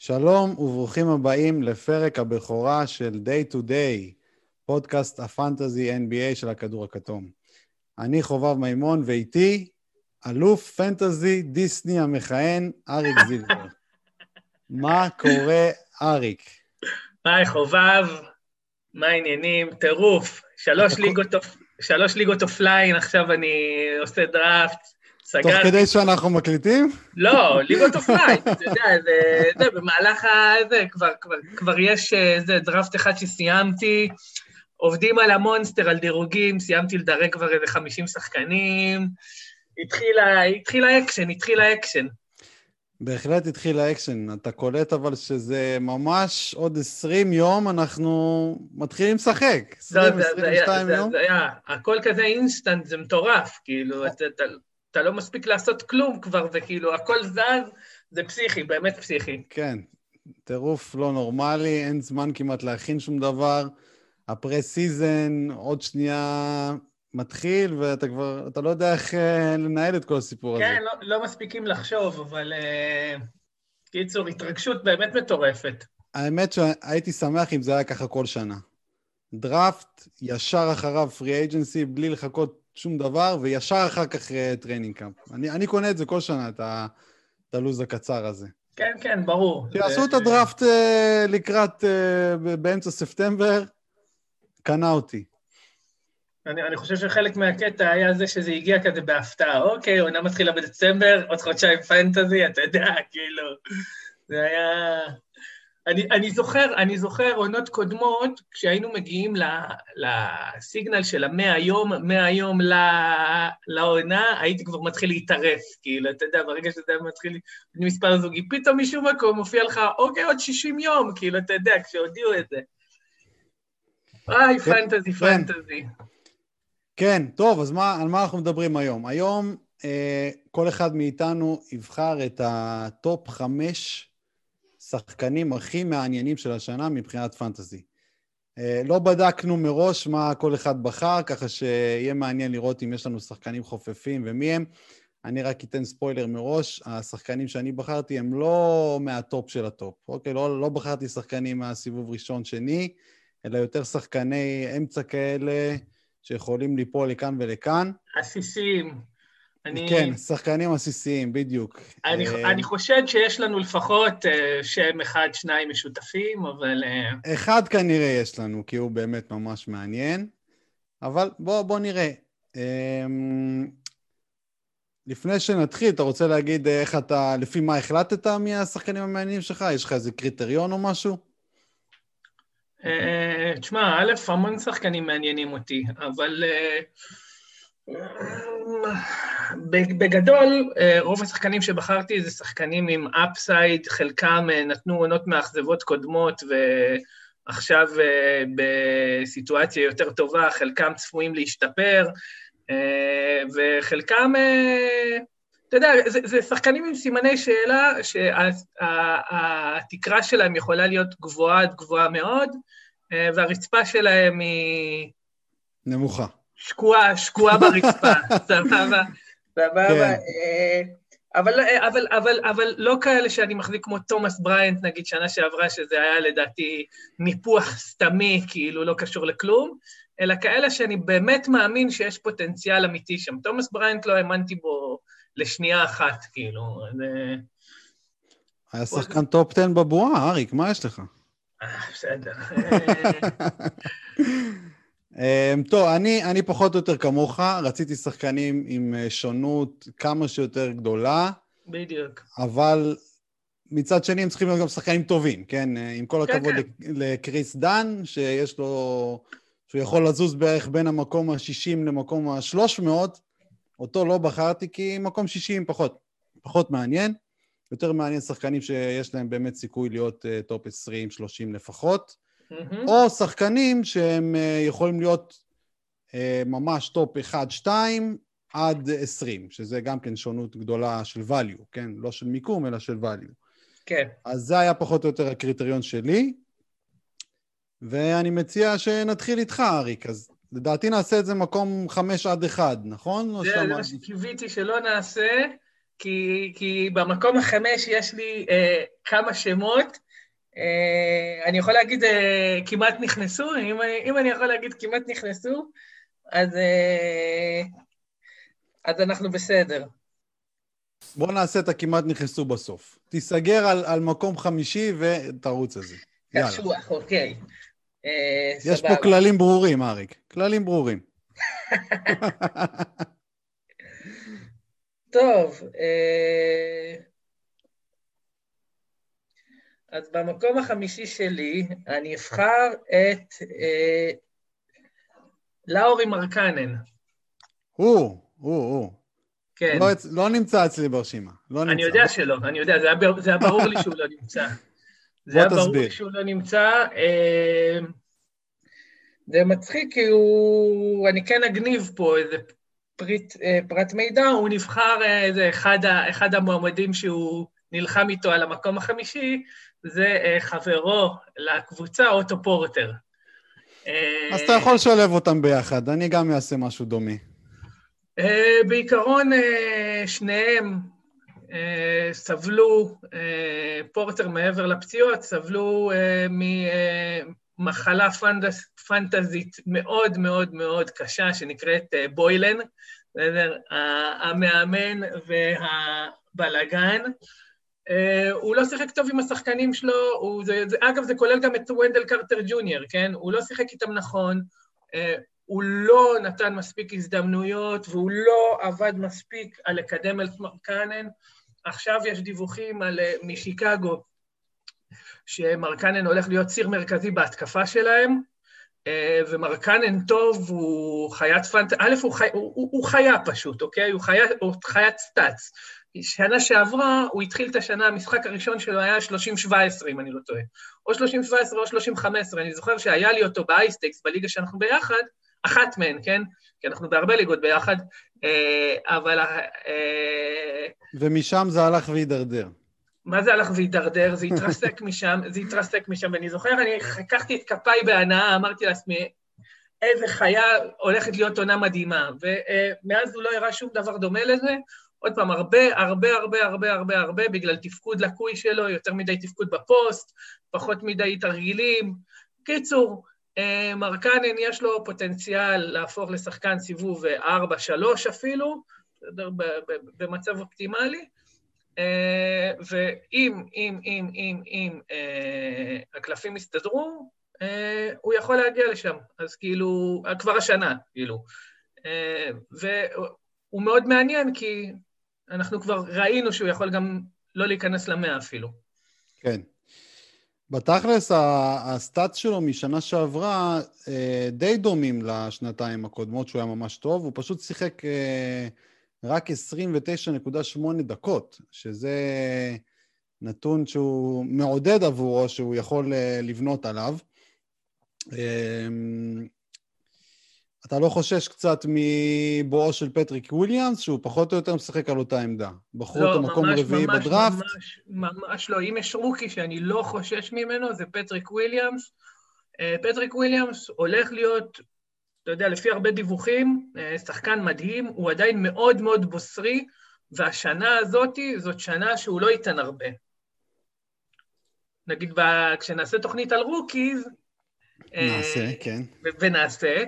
שלום וברוכים הבאים לפרק הבכורה של Day to Day, פודקאסט הפנטזי NBA של הכדור הכתום. אני חובב מימון ואיתי אלוף פנטזי דיסני המכהן אריק זילבר. מה קורה אריק? היי חובב, מה העניינים? טירוף, שלוש ליגות אופליין, עכשיו אני עושה דראפט, סגרתי. תוך כדי שאנחנו מקליטים? לא, ליגות אופליין, אתה יודע, זה במהלך הזה, כבר יש דראפט אחד שסיימתי, עובדים על המונסטר, על דירוגים, סיימתי לדרג כבר איזה 50 שחקנים, התחיל האקשן. בהחלט התחיל האקשן, אתה קולט אבל שזה ממש עוד 20 יום אנחנו מתחילים לשחק, 20-22 יום. זה היה, הכל כזה אינסטנט, זה מטורף, כאילו, אתה לא מספיק לעשות כלום כבר, וכאילו, הכל זז, זה פסיכי, באמת פסיכי. כן, טירוף לא נורמלי, אין זמן כמעט להכין שום דבר, הפרה-סיזן עוד שנייה מתחיל, ואתה כבר, אתה לא יודע איך לנהל את כל הסיפור הזה. כן, לא מספיקים לחשוב, אבל קיצור, התרגשות באמת מטורפת. האמת שהייתי שמח אם זה היה ככה כל שנה. דראפט, ישר אחריו פרי אייג'נסי, בלי לחכות שום דבר, וישר אחר כך טריינינג קאמפ. אני קונה את זה כל שנה, את הלוז הקצר הזה. כן, כן, ברור. שיעשו את הדראפט לקראת באמצע ספטמבר, קנה אותי. אני חושב שחלק מהקטע היה זה שזה הגיע כזה בהפתעה. אוקיי, עונה מתחילה בדצמבר, עוד חודשיים פנטזי, אתה יודע, כאילו, זה היה... אני זוכר עונות קודמות, כשהיינו מגיעים לסיגנל של 100 יום לעונה, הייתי כבר מתחיל להתערף, כאילו, אתה יודע, ברגע שזה מתחיל מספר זוגי, פתאום משום מקום מופיע לך, אוקיי, עוד 60 יום, כאילו, אתה יודע, כשהודיעו את זה. פנטזי. כן, טוב, אז על מה אנחנו מדברים היום? היום כל אחד מאיתנו יבחר את הטופ 5 שחקנים הכי מעניינים של השנה מבחינת פנטזי. לא בדקנו מראש מה כל אחד בחר, ככה שיהיה מעניין לראות אם יש לנו שחקנים חופפים ומי הם. אני רק אתן ספוילר מראש, השחקנים שאני בחרתי הם לא מהטופ של הטופ. אוקיי, לא בחרתי שחקנים מהסיבוב ראשון שני, אלא יותר שחקני אמצע כאלה שיכולים ליפול לכאן ולכאן. עסיסיים. כן, שחקנים עסיסיים, בדיוק. אני חושד שיש לנו לפחות שם אחד, שניים משותפים, אבל... אחד כנראה יש לנו, כי הוא באמת ממש מעניין, אבל בוא נראה. לפני שנתחיל, אתה רוצה להגיד איך אתה, לפי מה החלטת מהשחקנים המעניינים שלך? יש לך איזה קריטריון או משהו? תשמע, א', המון שחקנים מעניינים אותי, אבל... בגדול, רוב השחקנים שבחרתי זה שחקנים עם אפסייד, חלקם נתנו עונות מאכזבות קודמות, ועכשיו בסיטואציה יותר טובה, חלקם צפויים להשתפר, וחלקם, אתה יודע, זה שחקנים עם סימני שאלה, שהתקרה שלהם יכולה להיות גבוהה מאוד, והרצפה שלהם היא... נמוכה. שקועה ברצפה, סבבה. אבל לא כאלה שאני מחזיק כמו תומאס בריינט, נגיד שנה שעברה, שזה היה לדעתי ניפוח סתמי, כאילו לא קשור לכלום, אלא כאלה שאני באמת מאמין שיש פוטנציאל אמיתי שם. תומאס בריינט לא האמנתי בו לשנייה אחת, כאילו. היה שחקן טופ 10 בבועה, אריק, מה יש לך? בסדר. טוב, אני פחות או יותר כמוך, רציתי שחקנים עם שונות כמה שיותר גדולה. בדיוק. אבל מצד שני הם צריכים להיות גם שחקנים טובים, כן? עם כל הכבוד לקריס דן, שיש לו, שהוא יכול לזוז בערך בין המקום ה-60 למקום ה-300, אותו לא בחרתי כי מקום 60 פחות מעניין, יותר מעניין שחקנים שיש להם באמת סיכוי להיות טופ 20-30 לפחות, או שחקנים שהם יכולים להיות ממש טופ 1-2 עד 20, שזה גם כן שונות גדולה של value, כן? לא של מיקום, אלא של value. כן. אז זה היה פחות או יותר הקריטריון שלי, ואני מציע שנתחיל איתך, אריק. אז לדעתי נעשה את זה מקום 5-1, נכון? זה מה שקיוויתי שלא נעשה, כי במקום החמש יש לי כמה שמות, אני יכול להגיד כמעט נכנסו, אם אני יכול להגיד כמעט נכנסו, אז אנחנו בסדר. בוא נעשה את הכמעט נכנסו בסוף. תיסגר על מקום חמישי ותרוץ על זה. יאללה. קשוח, אוקיי. יש פה כללים ברורים, אריק. כללים ברורים. טוב, אז במקום החמישי שלי, אני אבחר את לאורי מרקנן. הוא. כן. לא נמצא אצלי ברשימה. אני יודע שלא, אני יודע, זה היה ברור לי שהוא לא נמצא. זה היה ברור לי שהוא לא נמצא. זה מצחיק כי אני כן אגניב פה איזה פרט מידע, הוא נבחר איזה אחד המועמדים שהוא נלחם איתו על המקום החמישי, זה חברו לקבוצה, אוטו פורטר. אז אתה יכול לשלב אותם ביחד, אני גם אעשה משהו דומה. בעיקרון שניהם סבלו, פורטר מעבר לפציעות, סבלו ממחלה פנטזית מאוד מאוד מאוד קשה, שנקראת בוילן, המאמן והבלגן. הוא לא שיחק טוב עם השחקנים שלו, אגב זה כולל גם את ונדל קרטר ג'וניור, כן? הוא לא שיחק איתם נכון, הוא לא נתן מספיק הזדמנויות, והוא לא עבד מספיק על לקדם את מרקנן. עכשיו יש דיווחים משיקגו, שמרקנן הולך להיות ציר מרכזי בהתקפה שלהם, ומרקנן טוב, הוא חיית פנטזיה, א', הוא חיה פשוט, אוקיי? הוא חיית סטאץ. שנה שעברה, הוא התחיל את השנה, המשחק הראשון שלו היה 30-17, אם אני לא טועה. או 30-17 או 30-15, אני זוכר שהיה לי אותו באייסטקס, בליגה שאנחנו ביחד, אחת מהן, כן? כי אנחנו בהרבה ליגות ביחד, אבל... ומשם זה הלך והידרדר. מה זה הלך והידרדר? זה התרסק משם, ואני זוכר, אני לקחתי את כפיי בהנאה, אמרתי לעצמי, איזה חיה הולכת להיות עונה מדהימה, ומאז הוא לא הראה שום דבר דומה לזה, עוד פעם, הרבה, בגלל תפקוד לקוי שלו, יותר מדי תפקוד בפוסט, פחות מדי תרגילים. קיצור, מרקנן יש לו פוטנציאל להפוך לשחקן סיבוב 4-3 אפילו, במצב אופטימלי, ואם הקלפים יסתדרו, הוא יכול להגיע לשם, אז כאילו, כבר השנה, כאילו. והוא מאוד מעניין, כי אנחנו כבר ראינו שהוא יכול גם לא להיכנס ל100 אפילו. כן. בתכלס, הסטאט שלו משנה שעברה די דומים לשנתיים הקודמות, שהוא היה ממש טוב, הוא פשוט שיחק רק 29.8 דקות, שזה נתון שהוא מעודד עבורו, שהוא יכול לבנות עליו. אתה לא חושש קצת מבואו של פטריק וויליאמס, שהוא פחות או יותר משחק על אותה עמדה? בחרו אותו מקום רביעי בדראפט? ממש לא. אם יש רוקי שאני לא חושש ממנו, זה פטריק וויליאמס. פטריק וויליאמס הולך להיות, אתה יודע, לפי הרבה דיווחים, שחקן מדהים, הוא עדיין מאוד מאוד בוסרי, והשנה הזאת, זאת שנה שהוא לא ייתן הרבה. נגיד, כשנעשה תוכנית על רוקיז, נעשה, כן. ונעשה,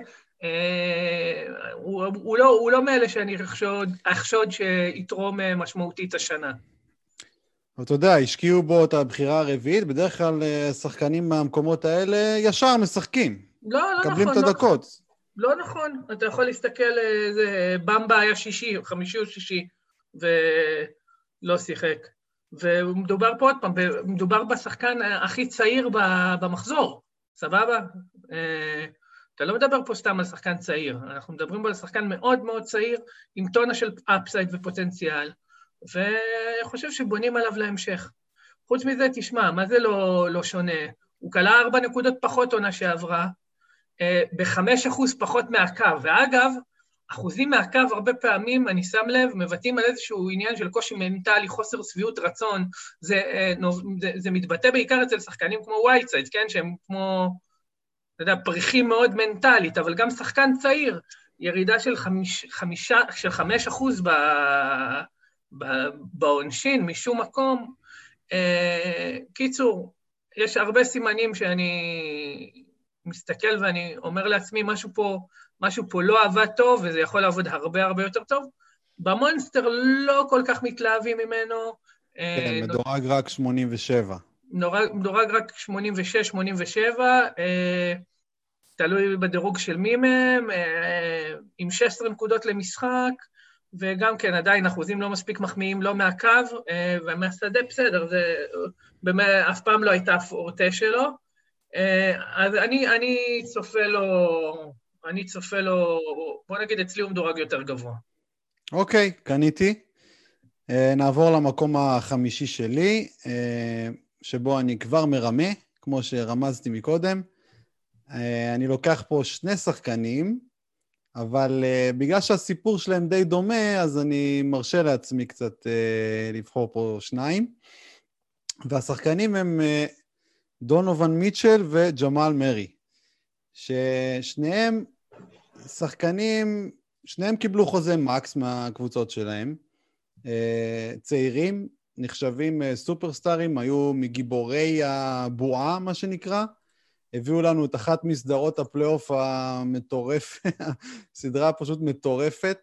הוא לא מאלה שאני אחשוד שיתרום משמעותית השנה. אתה יודע, השקיעו בו את הבחירה הרביעית, בדרך כלל שחקנים מהמקומות האלה ישר משחקים. לא נכון. קבלים את הדקות. לא נכון, אתה יכול להסתכל, במבה היה חמישי או שישי, ולא שיחק. ומדובר פה עוד פעם, מדובר בשחקן הכי צעיר במחזור, סבבה? אתה לא מדבר פה סתם על שחקן צעיר, אנחנו מדברים פה על שחקן מאוד מאוד צעיר, עם טונה של אפסייד ופוטנציאל, ואני חושב שבונים עליו להמשך. חוץ מזה, תשמע, מה זה לא שונה? הוא קלה 4 נקודות פחות עונה שעברה, ב5% פחות מהקו, ואגב, אחוזים מהקו הרבה פעמים, אני שם לב, מבטאים על איזשהו עניין של קושי מנטלי, חוסר שביעות רצון, זה מתבטא בעיקר אצל שחקנים כמו ווייטסייד, כן, שהם כמו, אתה יודע, פריחים מאוד מנטלית, אבל גם שחקן צעיר, ירידה של 5% בעונשין, משום מקום. קיצור, יש הרבה סימנים שאני מסתכל ואני אומר לעצמי, משהו פה לא עבד טוב, וזה יכול לעבוד הרבה הרבה יותר טוב. במונסטר לא כל כך מתלהבים ממנו. כן, מדורג רק 87. מדורג רק 86, 87, תלוי בדירוג של מי מהם, עם 16 נקודות למשחק, וגם כן עדיין אחוזים לא מספיק מחמיאים, לא מהקו, ומהשדה בסדר, זה באמת אף פעם לא הייתה הפורטה שלו. אז אני צופה לו, בוא נגיד אצלי הוא מדורג יותר גבוה. אוקיי, קניתי. נעבור למקום החמישי שלי, שבו אני כבר מרמה, כמו שרמזתי מקודם. אני לוקח פה שני שחקנים, אבל בגלל שהסיפור שלהם די דומה, אז אני מרשה לעצמי קצת לבחור פה שניים. והשחקנים הם דונוvan מיטשל וג'מאל מרי, ששניהם שחקנים, שניהם קיבלו חוזה מקס מהקבוצות שלהם, צעירים, נחשבים סופרסטארים, היו מגיבורי הבועה, מה שנקרא, הביאו לנו את אחת מסדרות הפלייאוף המטורף, סדרה פשוט מטורפת,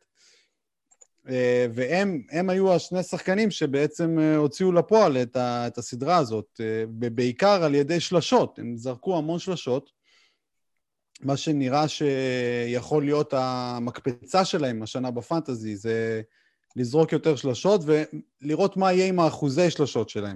והם היו השני שחקנים שבעצם הוציאו לפועל את הסדרה הזאת, בעיקר על ידי שלשות, הם זרקו המון שלשות, מה שנראה שיכול להיות המקפצה שלהם השנה בפנטזי, זה לזרוק יותר שלשות ולראות מה יהיה עם האחוזי שלשות שלהם.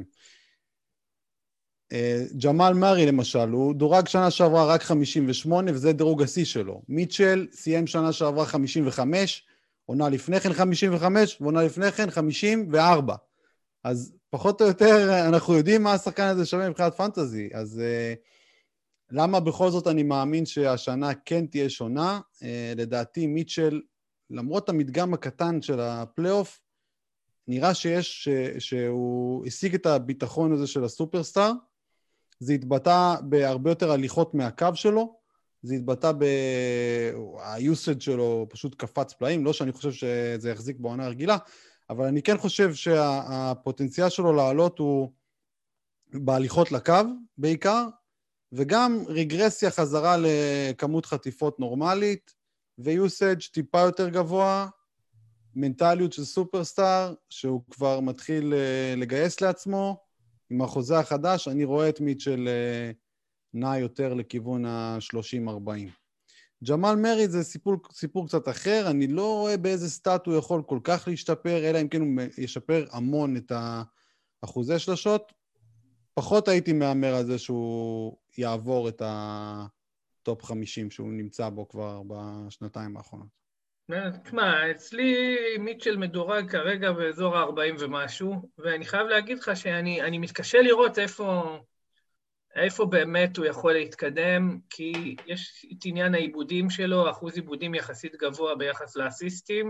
ג'מאל מרי למשל, הוא דורג שנה שעברה רק 58, וזה דירוג השיא שלו. מיטשל סיים שנה שעברה 55, עונה לפני כן 55, ועונה לפני כן 54. אז פחות או יותר אנחנו יודעים מה השחקן הזה שווה מבחינת פנטזי, אז למה בכל זאת אני מאמין שהשנה כן תהיה שונה? לדעתי מיטשל, למרות המדגם הקטן של הפלייאוף, נראה שהוא השיג את הביטחון הזה של הסופרסטאר, זה התבטא בהרבה יותר הליכות מהקו שלו, זה התבטא היוסד שלו פשוט קפץ פלאים, לא שאני חושב שזה יחזיק בעונה הרגילה, אבל אני כן חושב שהפוטנציאל שלו לעלות הוא בהליכות לקו בעיקר, וגם רגרסיה חזרה לכמות חטיפות נורמלית, ויוסאג' טיפה יותר גבוה, מנטליות של סופרסטאר, שהוא כבר מתחיל לגייס לעצמו, עם החוזה החדש, אני רואה את מיטשל נע יותר לכיוון ה-30-40. ג'מאל מרי זה סיפור קצת אחר, אני לא רואה באיזה סטאט הוא יכול כל כך להשתפר, אלא אם כן הוא ישפר המון את האחוזי שלשות, פחות הייתי מאמר על זה שהוא יעבור את הטופ 50 שהוא נמצא בו כבר בשנתיים האחרונות. תשמע, אצלי מיטשל מדורג כרגע באזור ה-40 ומשהו, ואני חייב להגיד לך שאני מתקשה לראות איפה באמת הוא יכול להתקדם, כי יש את עניין העיבודים שלו, אחוז עיבודים יחסית גבוה ביחס לאסיסטים,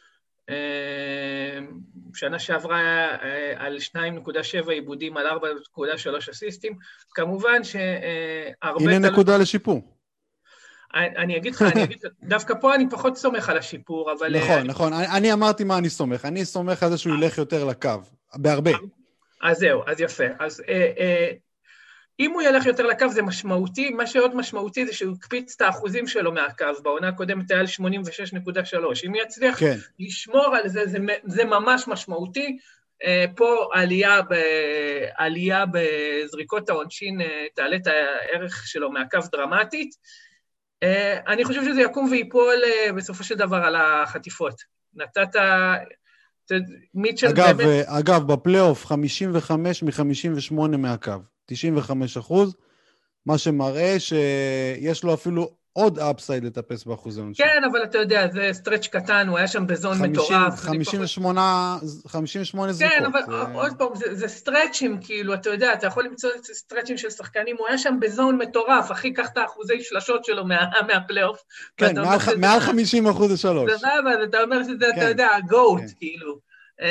שנה שעברה על 2.7 עיבודים על 4.3 אסיסטים, כמובן שהרבה... הנה נקודה לשיפור. אני אגיד לך, דווקא פה אני פחות סומך על השיפור, אבל... נכון, אני אמרתי מה אני סומך, אני סומך על זה שהוא ילך יותר לקו, בהרבה. אז זהו, אז יפה, אז אם הוא ילך יותר לקו זה משמעותי, מה שעוד משמעותי זה שהוא הקפיץ את האחוזים שלו מהקו, בעונה הקודמת היה על 86.3, אם יצליח לשמור על זה, זה ממש משמעותי, פה עלייה בזריקות העונשין תעלה את הערך שלו מהקו דרמטית, אני חושב שזה יקום ויפול בסופו של דבר על החטיפות. נתת... אגב, בפלייאוף 55 מ-58 מהקו, 95%, מה שמראה שיש לו אפילו עוד אפסייד לטפס באחוזי עונשין. כן, אבל אתה יודע, זה סטרץ' קטן, הוא היה שם בזון מטורף. 58 זריקות. כן, אבל עוד פעם, זה סטרצ'ים, כאילו, אתה יודע, אתה יכול למצוא סטרצ'ים של שחקנים, הוא היה שם בזון מטורף, אחי, קח את האחוזי שלשות שלו מהפלייאוף. כן, מעל 50% לשלוש. זה אבל אתה אומר שזה, אתה יודע, הגוט, כאילו.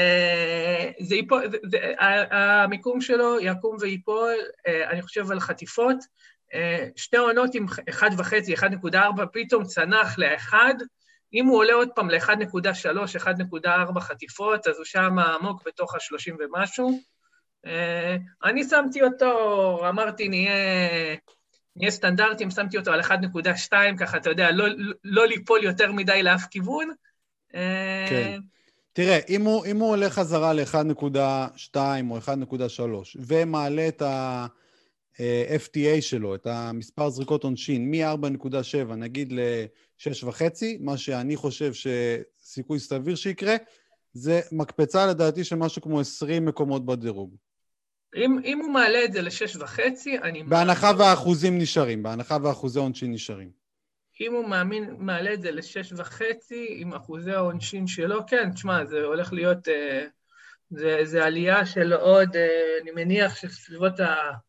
המיקום שלו יקום ויפול, אני חושב על חטיפות, שתי עונות עם 1.5, 1.4, פתאום צנח ל1, אם הוא עולה עוד פעם ל-1.3, 1.4 חטיפות, אז הוא שם עמוק בתוך ה-30 ומשהו. אני שמתי אותו, אמרתי, נהיה סטנדרטים, שמתי אותו על 1.2, ככה, אתה יודע, לא ליפול יותר מדי לאף כיוון. כן. תראה, אם הוא עולה חזרה ל-1.2 או 1.3, ומעלה את ה-FTA שלו, את המספר זריקות עונשין, מ-4.7, נגיד ל-6.5, מה שאני חושב שסיכוי סביר שיקרה, זה מקפצה לדעתי של משהו כמו 20 מקומות בדירוג. אם הוא מעלה את זה ל-6.5, אני... בהנחה והאחוזים נשארים, בהנחה והאחוזי עונשין נשארים. אם הוא מעלה את זה ל-6.5, עם אחוזי העונשין שלו, כן, תשמע, זה הולך להיות, זה עלייה של עוד, אני מניח שסביבות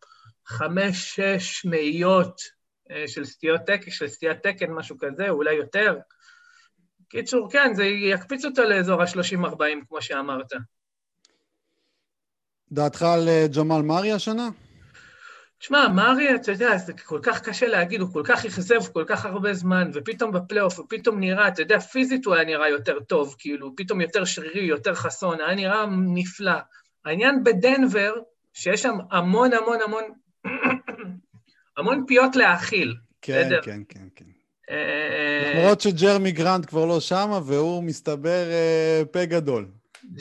ה-5-6 מאיות של סטיית תקן, משהו כזה, אולי יותר. קיצור, כן, זה יקפיץ אותו לאזור ה-30-40, כמו שאמרת. דעתך על ג'מאל מארי השנה? תשמע, מארי, אתה יודע, זה כל כך קשה להגיד, הוא כל כך יחזב כל כך הרבה זמן, ופתאום בפלייאוף, ופתאום נראה, אתה יודע, פיזית הוא היה נראה יותר טוב, כאילו, פתאום יותר שרירי, יותר חסון, היה נראה נפלא. העניין בדנבר, שיש שם המון, המון, המון, המון פיות להאכיל. כן, כן, כן, כן. למרות שג'רמי גרנט כבר לא שמה, והוא מסתבר פה גדול.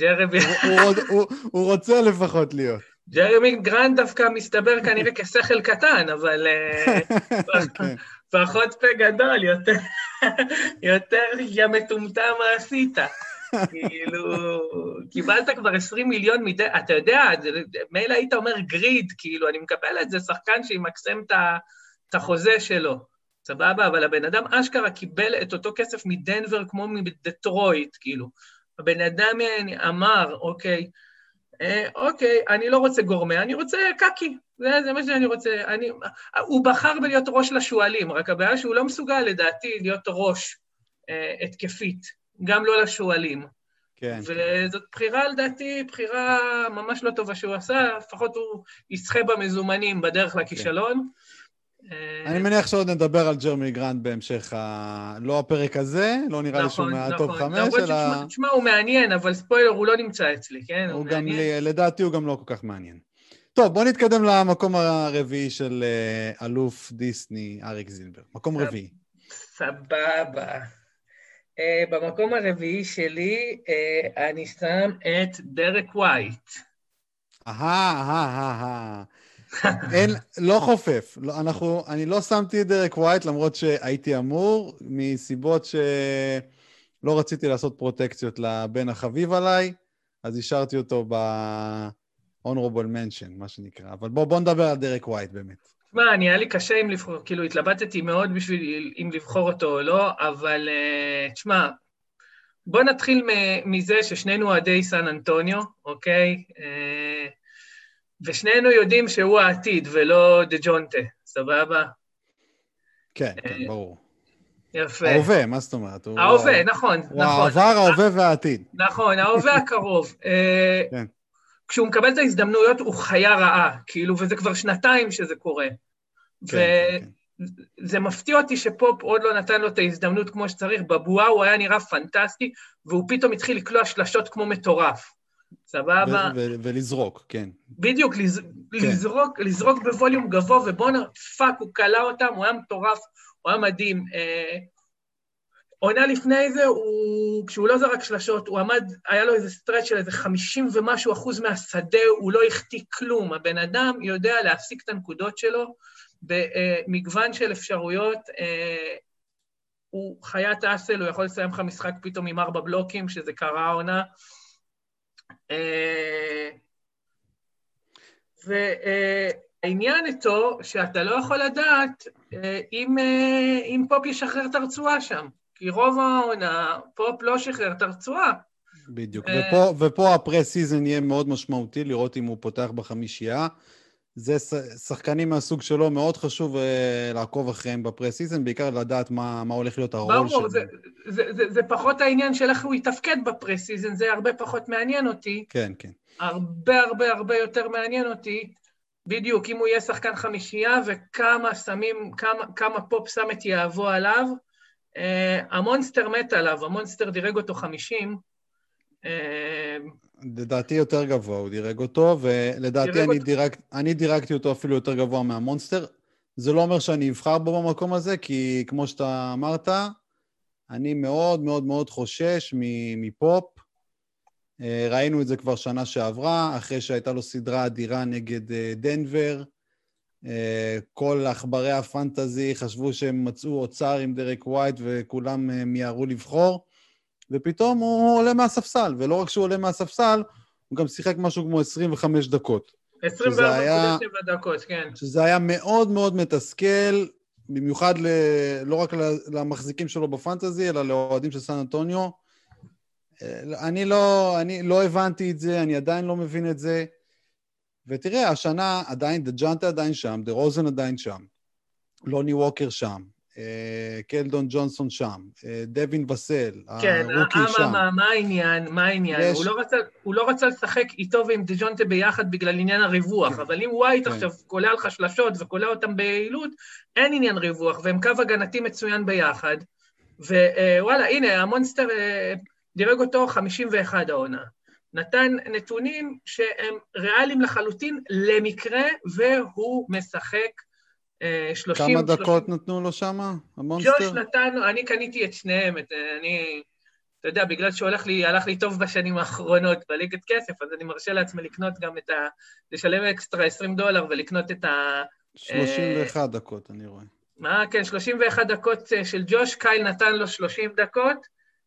הוא רוצה לפחות להיות. ג'רמי גרנט דווקא מסתבר כנראה כשכל קטן, אבל פחות פה גדול, יותר מטומטם מה עשית. כאילו, קיבלת כבר 20 מיליון מדי, אתה יודע, מילא היית אומר גריד, כאילו, אני מקבל את זה, שחקן שימקסם את החוזה שלו, סבבה, אבל הבן אדם אשכרה קיבל את אותו כסף מדנבר כמו מדטרויט, כאילו. הבן אדם אמר, אוקיי, אני לא רוצה גורמה, אני רוצה קקי, זה מה שאני רוצה. הוא בחר בלהיות ראש לשואלים, רק הבעיה שהוא לא מסוגל לדעתי להיות ראש התקפית, גם לא לשואלים. כן. וזאת בחירה לדעתי, בחירה ממש לא טובה שהוא עשה, לפחות הוא ישחה במזומנים בדרך לכישלון. אני מניח שעוד נדבר על ג'רמי גרנט בהמשך, לא הפרק הזה, לא נראה לי שהוא מהטופ 5, אלא... תשמע, הוא מעניין, אבל ספוילר, הוא לא נמצא אצלי, כן? הוא גם, לדעתי הוא גם לא כל כך מעניין. טוב, בוא נתקדם למקום הרביעי של אלוף דיסני, אריק זילבר. מקום רביעי. סבבה. במקום הרביעי שלי, אני שם את דרק ווייט. אין, לא חופף. אני לא שמתי את דרק ווייט, למרות שהייתי אמור, מסיבות שלא רציתי לעשות פרוטקציות לבן החביב עליי, אז השארתי אותו ב-honorable mention, מה שנקרא. אבל בוא נדבר על דרק ווייט באמת. תשמע, היה לי קשה אם לבחור, כאילו התלבטתי מאוד בשביל אם לבחור אותו או לא, אבל תשמע, בוא נתחיל מזה ששנינו אוהדי סן אנטוניו, אוקיי? ושנינו יודעים שהוא העתיד ולא דג'ונטה, סבבה? כן, כן, ברור. יפה. ההווה, מה זאת אומרת? ההווה, נכון. הוא העבר, ההווה והעתיד. נכון, ההווה הקרוב. כן. כשהוא מקבל את ההזדמנויות, הוא חיה רעה, כאילו, וזה כבר שנתיים שזה קורה. וזה מפתיע אותי שפופ עוד לא נתן לו את ההזדמנות כמו שצריך, בבועה הוא היה נראה פנטסטי, והוא פתאום התחיל לקלוע שלשות כמו מטורף. סבבה? ולזרוק, כן. בדיוק, לזרוק בווליום גבוה, ובואנה, פאק, הוא קלה אותם, הוא היה מטורף, הוא היה מדהים. עונה לפני זה, כשהוא לא זרק שלשות, הוא עמד, היה לו איזה סטרץ' של איזה 50 ומשהו אחוז מהשדה, הוא לא החטיא כלום. הבן אדם יודע להפסיק את הנקודות שלו, במגוון של אפשרויות, הוא חיית אסל, הוא יכול לסיים לך משחק פתאום עם 4 בלוקים, שזה קרה העונה. והעניין איתו, שאתה לא יכול לדעת אם פופ ישחרר את הרצועה שם. כי רוב העונה, פופ לא שחרר את הרצועה. בדיוק, ופה הפרה-סיזן יהיה מאוד משמעותי, לראות אם הוא פותח בחמישייה. זה שחקנים מהסוג שלו, מאוד חשוב לעקוב אחריהם בפרה-סיזן, בעיקר לדעת מה הולך להיות הרול שלו. ברור, זה פחות העניין של איך הוא יתפקד בפרה-סיזן, זה הרבה פחות מעניין אותי. כן, כן. הרבה יותר מעניין אותי, בדיוק, אם הוא יהיה שחקן חמישייה, וכמה פופ שם את יאהבו עליו, המונסטר מת עליו, המונסטר דירג אותו 50. לדעתי יותר גבוה, הוא דירג אותו, ולדעתי אני דירגתי אותו אפילו יותר גבוה מהמונסטר. זה לא אומר שאני אבחר בו במקום הזה, כי כמו שאתה אמרת, אני מאוד מאוד מאוד חושש מפופ. ראינו את זה כבר שנה שעברה, אחרי שהייתה לו סדרה אדירה נגד דנבר. כל אחברי הפנטזי חשבו שהם מצאו אוצר עם דרק ווייט, וכולם מיהרו לבחור. ופתאום הוא עולה מהספסל, ולא רק שהוא עולה מהספסל, הוא גם שיחק משהו כמו 25 דקות. 24.7 דקות, כן. שזה היה מאוד מאוד מתסכל, במיוחד לא רק למחזיקים שלו בפנטזי, אלא לאוהדים של סן אנטוניו. אני לא הבנתי את זה, אני עדיין לא מבין את זה. ותראה, השנה עדיין, דג'אנטה עדיין שם, דרוזן עדיין שם, לוני ווקר שם, קלדון ג'ונסון שם, דווין וסל, הרוקי שם. מה העניין? הוא לא רצה לשחק איתו ועם דג'אנטה ביחד בגלל עניין הריווח, אבל אם ווייט עכשיו קולע לך שלשות וקולע אותם ביעילות, אין עניין ריווח, והם קו הגנתי מצוין ביחד, ווואלה, הנה, המונסטר דירג אותו 51 העונה. נתן נתונים שהם ריאליים לחלוטין למקרה, והוא משחק 30... כמה דקות נתנו לו שמה, המונסטר? ג'וש נתנו, אני קניתי את שניהם, אתה יודע, בגלל שהלך לי טוב בשנים האחרונות בליגת כסף, אז אני מרשה לעצמי לקנות גם לשלם אקסטרה $20 ולקנות את 31 דקות, אני רואה. מה, כן, 31 דקות של ג'וש, קייל נתן לו 30 דקות,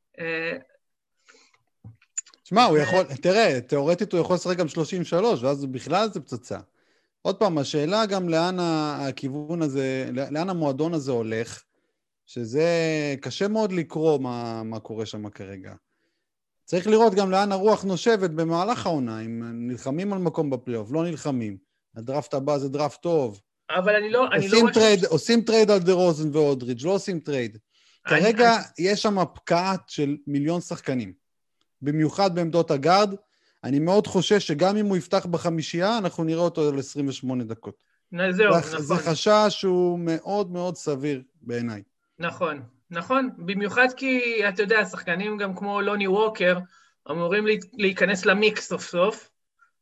שמע, הוא יכול, תראה, תיאורטית הוא יכול לשחק גם 33, ואז בכלל זה פצצה. עוד פעם, השאלה גם לאן הכיוון הזה, לאן המועדון הזה הולך, שזה קשה מאוד לקרוא מה קורה שם כרגע. צריך לראות גם לאן הרוח נושבת במהלך העונה, אם נלחמים על מקום בפלייאוף, לא נלחמים. הדראפט הבא זה דראפט טוב. אבל אני לא... עושים טרייד על דרוזן ואודריץ', לא עושים טרייד. כרגע יש שם פקעת של מיליון שחקנים. במיוחד בעמדות הגארד, אני מאוד חושש שגם אם הוא יפתח בחמישייה, אנחנו נראה אותו על 28 דקות. זהו, נכון. זה חשש שהוא מאוד מאוד סביר בעיניי. נכון, נכון. במיוחד כי, אתה יודע, השחקנים גם כמו לוני ווקר, אמורים להיכנס למיקס סוף סוף.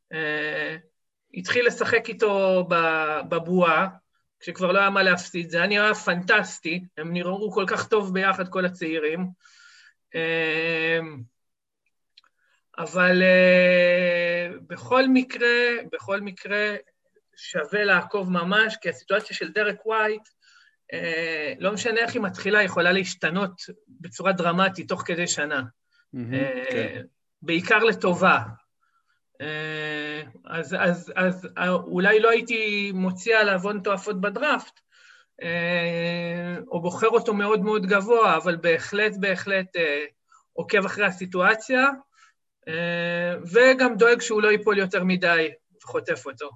התחיל לשחק איתו בבועה, כשכבר לא היה מה להפסיד. זה היה נראה פנטסטי, הם נראו כל כך טוב ביחד כל הצעירים. אבל בכל מקרה שווה לעקוב ממש, כי הסיטואציה של דרק ווייט, לא משנה איך היא מתחילה, יכולה להשתנות בצורה דרמטית תוך כדי שנה. בעיקר לטובה. אז אולי לא הייתי מוציאה עליו הון תועפות בדראפט, או בוחר אותו מאוד מאוד גבוה, אבל בהחלט עוקב אחרי הסיטואציה, וגם דואג שהוא לא ייפול יותר מדי וחוטף אותו.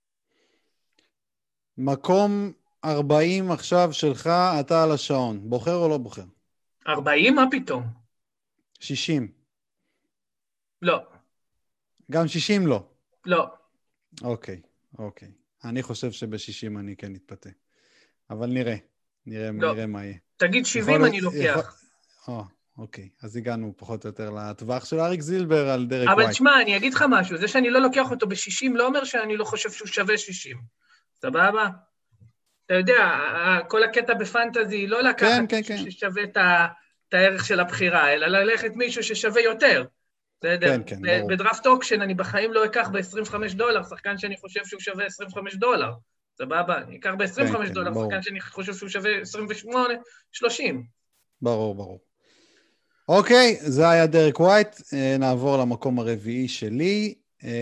מקום 40 עכשיו שלך, אתה על השעון. בוחר או לא בוחר? 40? מה פתאום? 60. לא. גם 60 לא? לא. אוקיי. אני חושב שב-60 אני כן אתפתה. אבל נראה מה יהיה. תגיד 70 אני לוקח. אוקיי, אז הגענו פחות או יותר לטווח של אריק זילבר על דרק ווייט. אבל תשמע, אני אגיד לך משהו, זה שאני לא לוקח אותו ב-60 לא אומר שאני לא חושב שהוא שווה 60. סבבה? אתה יודע, כל הקטע בפנטזי לא לקחת מישהו ששווה את הערך של הבחירה, אלא ללכת מישהו ששווה יותר. בסדר? בדראפט אוקשן אני בחיים לא אקח ב$25, שחקן שאני חושב שהוא שווה $25. סבבה? אני אקח ב$25, שחקן שאני חושב שהוא שווה 28, 30. ברור. אוקיי, זה היה דרק ווייט, נעבור למקום הרביעי שלי,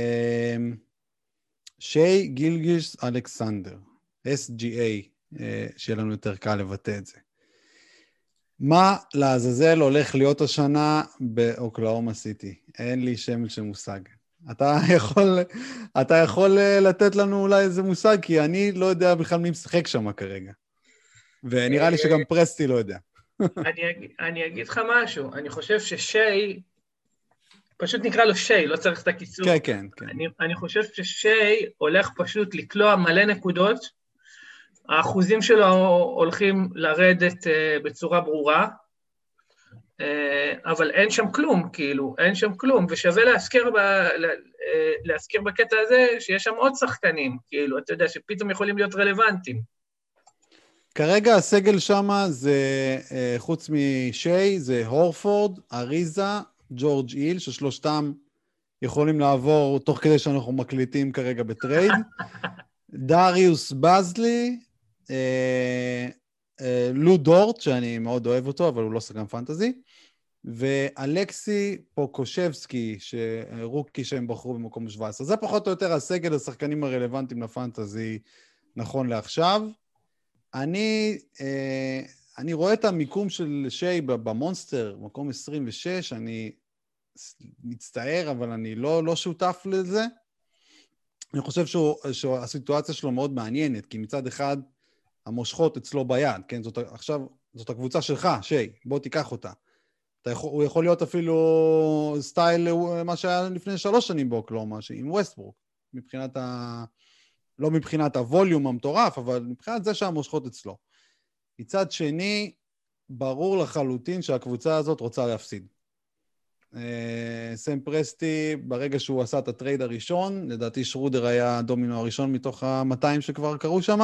שי גילגיש אלכסנדר, SGA, שיהיה לנו יותר קל לבטא את זה. מה לעזאזל הולך להיות השנה באוקלהומה סיטי? אין לי שם של מושג. אתה יכול לתת לנו אולי איזה מושג, כי אני לא יודע בכלל מי משחק שם כרגע. ונראה לי שגם פרסטי לא יודע. אני אגיד לך משהו, אני חושב ששי, פשוט נקרא לו שי, לא צריך את הקיצור. כן. אני חושב ששי הולך פשוט לקלוע מלא נקודות, האחוזים שלו הולכים לרדת בצורה ברורה, אבל אין שם כלום, כאילו, אין שם כלום, ושווה להזכיר בקטע הזה שיש שם עוד שחקנים, כאילו, אתה יודע, שפתאום יכולים להיות רלוונטיים. כרגע הסגל שמה זה, חוץ משי, זה הורפורד, אריזה, ג'ורג' איל, ששלושתם יכולים לעבור תוך כדי שאנחנו מקליטים כרגע בטרייד, דריוס בזלי, לו דורט, שאני מאוד אוהב אותו, אבל הוא לא שחקן פנטזי, ואלכסי פוקושבסקי, רוקי שהם בחרו במקום 17. זה פחות או יותר הסגל השחקנים הרלוונטיים לפנטזי נכון לעכשיו. אני רואה את המיקום של שי במונסטר, מקום 26, אני מצטער, אבל אני לא שותף לזה. אני חושב שהסיטואציה שלו מאוד מעניינת, כי מצד אחד המושכות אצלו ביד, כן? זאת הקבוצה שלך, שי, בוא תיקח אותה. הוא יכול להיות אפילו סטייל מה שהיה לפני 3 שנים באוקלאומה, עם ווסטברוק, לא מבחינת הווליום המטורף, אבל מבחינת זה שהמושכות אצלו. מצד שני, ברור לחלוטין שהקבוצה הזאת רוצה להפסיד. סם פרסטי, ברגע שהוא עשה את הטרייד הראשון, לדעתי שרודר היה הדומינו הראשון מתוך ה-200 שכבר קרו שם,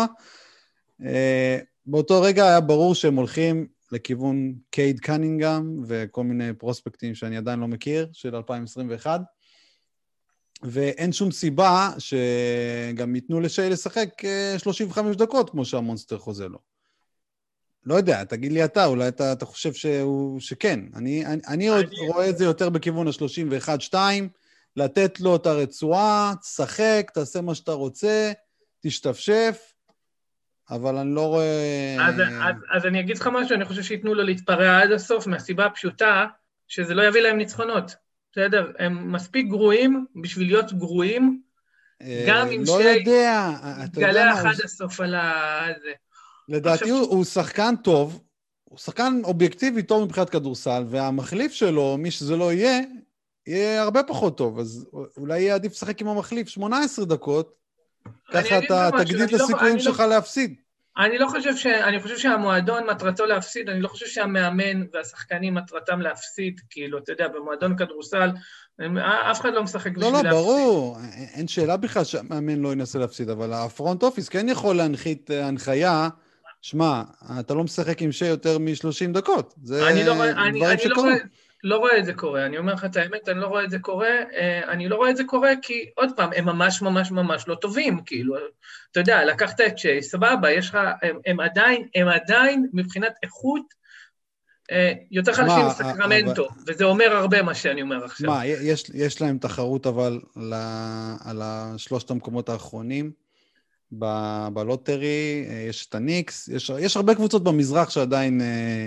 באותו רגע היה ברור שהם הולכים לכיוון קייד קנינגהם, וכל מיני פרוספקטים שאני עדיין לא מכיר, של 2021, ואין שום סיבה שגם ייתנו לשי לשחק 35 דקות, כמו שהמונסטר חוזה לו. לא יודע, תגיד לי אתה, אולי אתה חושב שכן. אני רואה את זה יותר בכיוון ה-31-2, לתת לו את הרצועה, תשחק, תעשה מה שאתה רוצה, תשתפשף, אבל אני לא רואה... אז אני אגיד לך משהו, אני חושב שיתנו לו להתפרע עד הסוף, מהסיבה הפשוטה, שזה לא יביא להם ניצחונות. בסדר, הם מספיק גרועים בשביל להיות גרועים, גם אם לא יודע, גלה אחד הסוף על הזה. לדעתי הוא שחקן טוב, הוא שחקן אובייקטיבי טוב מבחינת כדורסל, והמחליף שלו, מי שזה לא יהיה הרבה פחות טוב, אז אולי יהיה עדיף לשחק עם המחליף 18 דקות, ככה אתה תגדיל את הסיכויים שלך להפסיד. אני חושב שהמועדון מטרתו להפסיד, אני לא חושב שהמאמן והשחקנים מטרתם להפסיד, כאילו, אתה יודע, במועדון כדורסל, אף אחד לא משחק בשביל להפסיד. לא, ברור, אין שאלה בכלל שהמאמן לא ינסה להפסיד, אבל הפרונט אופיס כן יכול להנחית הנחיה, שמע, אתה לא משחק עם שי יותר מ-30 דקות, זה דברים שקרו. לא רואה את זה קורה, אני אומר לך את האמת, אני לא רואה את זה קורה, אני לא רואה את זה קורה כי, עוד פעם, הם ממש ממש ממש לא טובים, כאילו, אתה יודע, לקחת את שי, סבבה, יש לך, הם עדיין מבחינת איכות, יותר חלשים מסקרמנטו, וזה אומר הרבה מה שאני אומר עכשיו. מה, יש להם תחרות אבל על 3 המקומות האחרונים, בלוטרי, יש את הניקס, יש הרבה קבוצות במזרח שעדיין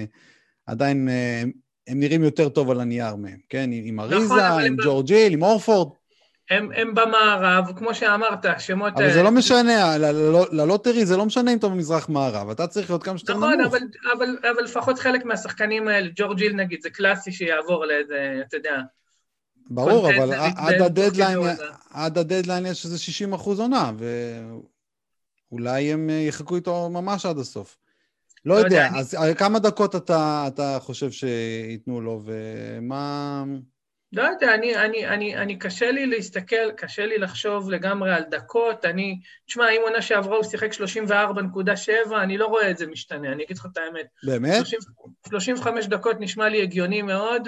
הם נראים יותר טוב על הנייר מהם, כן? עם אריזה, עם ג'ורג'יל, עם אורפורד. הם במערב, כמו שאמרת, שמות... אבל זה לא משנה, ללוטרי זה לא משנה אם אתה במזרח מערב, אתה צריך להיות כמה שיותר נמוך. נכון, אבל לפחות חלק מהשחקנים האלה, ג'ורג'יל נגיד, זה קלאסי שיעבור לאיזה, אתה יודע... ברור, אבל עד הדדליין יש איזה 60% עונה, ואולי הם יחכו איתו ממש עד הסוף. לא יודע, אז כמה דקות אתה חושב שיתנו לו, ומה... לא יודע, אני קשה לי להסתכל, קשה לי לחשוב לגמרי על דקות, תשמע, אם עונה שעברה הוא שיחק 34.7, אני לא רואה את זה משתנה, אני אגיד לך את האמת. באמת? 35 דקות נשמע לי הגיוני מאוד,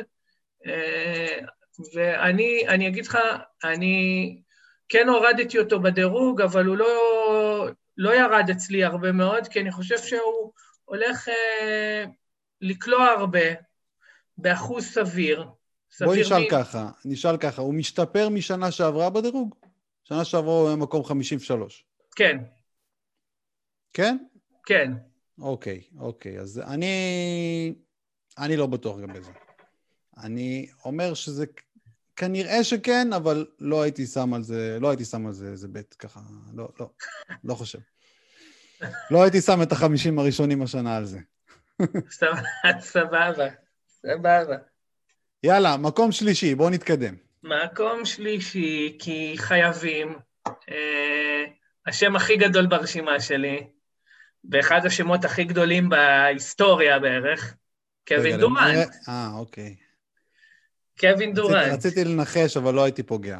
ואני אגיד לך, אני כן הורדתי אותו בדירוג, אבל הוא לא ירד אצלי הרבה מאוד, כי אני חושב שהוא הולך לקלוע הרבה, באחוז סביר. בוא נשאל ככה, הוא משתפר משנה שעברה בדירוג? שנה שעברה הוא היה מקום 53. כן. כן? כן. אוקיי, אז אני לא בטוח גם בזה. אני אומר שזה כנראה שכן, אבל לא הייתי שם על זה איזה בית ככה, לא חושב. לא הייתי שם את 50 הראשונים השנה על זה. סבבה. יאללה, מקום שלישי, בואו נתקדם. מקום שלישי, כי חייבים, השם הכי גדול ברשימה שלי, באחד השמות הכי גדולים בהיסטוריה בערך, קווין דורנט. אוקיי. קווין דורנט. רציתי לנחש, אבל לא הייתי פוגע.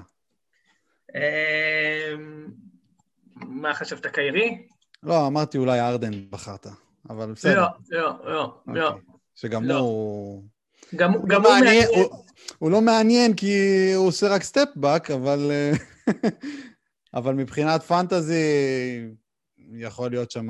מה חשבת, קיירי? לא, אמרתי אולי ארדן בחרת, אבל בסדר. לא. שגם הוא... גם הוא מעניין. הוא לא מעניין כי הוא עושה רק סטפ-בק, אבל מבחינת פנטזי יכול להיות שם...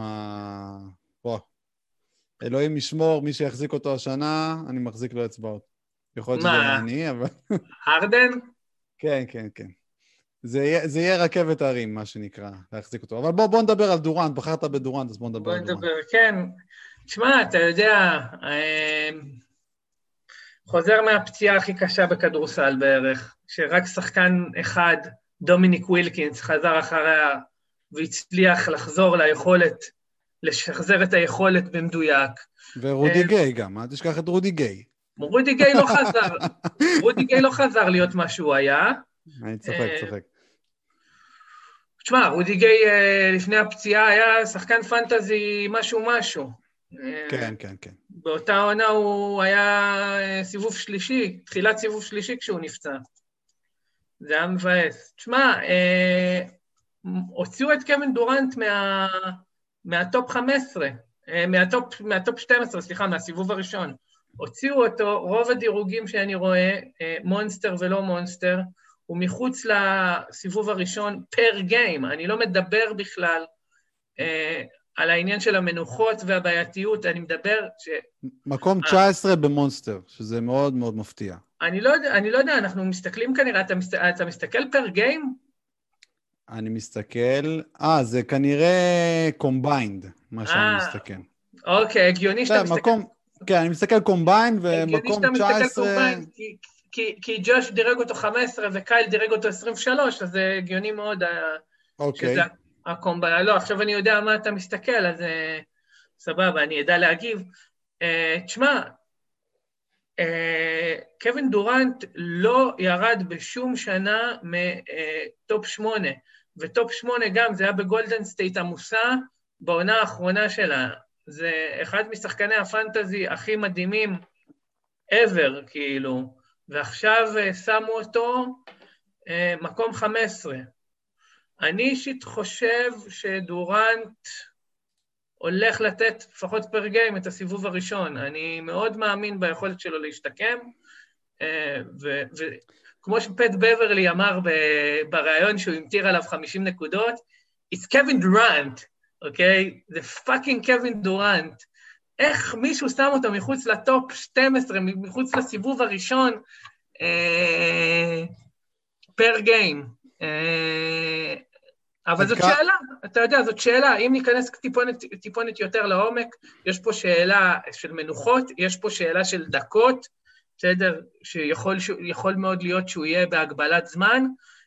אלוהים ישמור, מי שיחזיק אותו השנה, אני מחזיק לו אצבעות. יכול להיות שזה מעני, אבל... ארדן? כן. זה יהיה רכבת הרים, מה שנקרא, להחזיק אותו. אבל בוא נדבר על דורנט, בחרת בדורנט, אז בוא נדבר על דורנט. כן. תשמע, אתה יודע, חוזר מהפציעה הכי קשה בכדורסל בערך, שרק שחקן אחד, דומיניק ווילקינס, חזר אחריה והצליח לחזור ליכולת, לשחזר את היכולת במדויק. ורודי גיי גם, אל תשכח את רודי גיי. רודי גיי לא חזר להיות מה שהוא היה. אני צוחק. תשמע, רודי גיי לפני הפציעה היה שחקן פנטזי משהו. כן. באותה עונה הוא היה תחילת סיבוב שלישי כשהוא נפצע. זה היה מבאס. תשמע, הוציאו את קווין דורנט מהטופ 15, מהטופ 12, סליחה, מהסיבוב הראשון. הוציאו אותו, רוב הדירוגים שאני רואה, מונסטר ולא מונסטר, הוא מחוץ לסיבוב הראשון פר גיים. אני לא מדבר בכלל על העניין של המנוחות והבעייתיות, אני מדבר מקום 19 במונסטר, שזה מאוד מאוד מפתיע. אני לא יודע, אנחנו מסתכלים כנראה, אתה מסתכל פר גיים? אני מסתכל, זה כנראה קומביינד, מה שאני מסתכל. אוקיי, הגיוני שאתה מסתכל. כן, אני מסתכל קומביינד, ומקום 19... כי ג'וש דירג אותו 15 וקייל דירג אותו 23, אז זה הגיוני מאוד שזה הקומביינד. לא, עכשיו אני יודע מה אתה מסתכל, אז סבבה, אני אדע להגיב. תשמע, קווין דורנט לא ירד בשום שנה מטופ 8, וטופ 8 גם זה היה בגולדן סטייט עמוסה בעונה האחרונה שלה. זה אחד משחקני הפנטזי הכי מדהימים ever, כאילו, ועכשיו שמו אותו מקום 15. אני אישית חושב שדורנט הולך לתת לפחות פר גיים את הסיבוב הראשון. אני מאוד מאמין ביכולת שלו להשתקם, וכמו שפט בברלי אמר בראיון שהוא המטיר עליו 50 נקודות, it's Kevin Durant, אוקיי? זה fucking Kevin Durant. איך מישהו שם אותו מחוץ לטופ 12, מחוץ לסיבוב הראשון, פר גיים. אבל זאת שאלה, אתה יודע, זאת שאלה, אם ניכנס טיפונת יותר לעומק, יש פה שאלה של מנוחות, יש פה שאלה של דקות, בסדר, שיכול מאוד להיות שהוא יהיה בהגבלת זמן,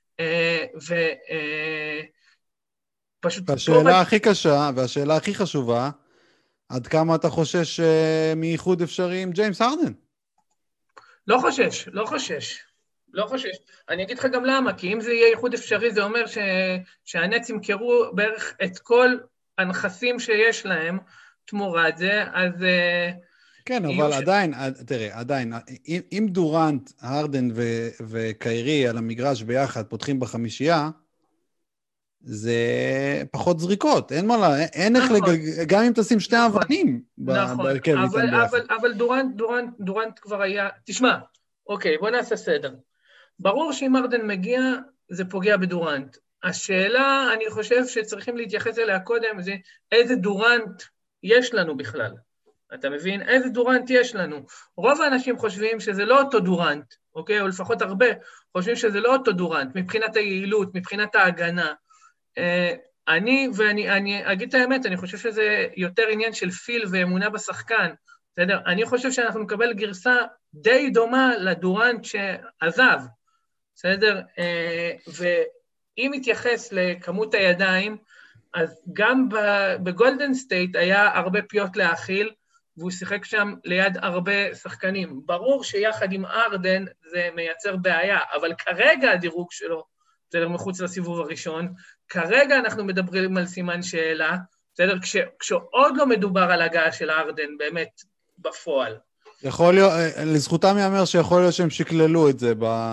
ופשוט... והשאלה הכי קשה, והשאלה הכי חשובה, עד כמה אתה חושש מייחוד אפשרי עם ג'יימס הרדן? לא חושש. אני אגיד לך גם למה, כי אם זה יהיה ייחוד אפשרי, זה אומר שהנץ ימכרו בערך את כל הנכסים שיש להם תמורת זה, אז... כן, אבל עדיין, תראה, אם דורנט, הרדן וקיירי על המגרש ביחד פותחים בחמישייה, זה פחות זריקות, אין מה לה, אין איך גם אם תשים שתי אבנים בהרכב איתם ביחד. אבל דורנט כבר היה, תשמע, אוקיי, בוא נעשה סדר. ברור שאם ארדן מגיע, זה פוגע בדורנט. השאלה, אני חושב שצריכים להתייחס אליה קודם, זה איזה דורנט יש לנו בכלל. אתה מבין? איזה דורנט יש לנו? רוב האנשים חושבים שזה לא אותו דורנט, אוקיי? או לפחות הרבה חושבים שזה לא אותו דורנט, מבחינת היעילות, מבחינת ההגנה. ואני אגיד את האמת, אני חושב שזה יותר עניין של פיל ואמונה בשחקן. בסדר? אני חושב שאנחנו נקבל גרסה די דומה לדורנט שעזב. בסדר? ואם מתייחס לכמות הידיים, אז גם בגולדן סטייט היה הרבה פיות להאכיל, והוא שיחק שם ליד הרבה שחקנים. ברור שיחד עם ארדן זה מייצר בעיה, אבל כרגע הדירוג שלו, בסדר, מחוץ לסיבוב הראשון, כרגע אנחנו מדברים על סימן שאלה, בסדר? כשעוד לא מדובר על הגעה של ארדן באמת בפועל. יכול להיות, לזכותם יאמר שיכול להיות שהם שקללו את זה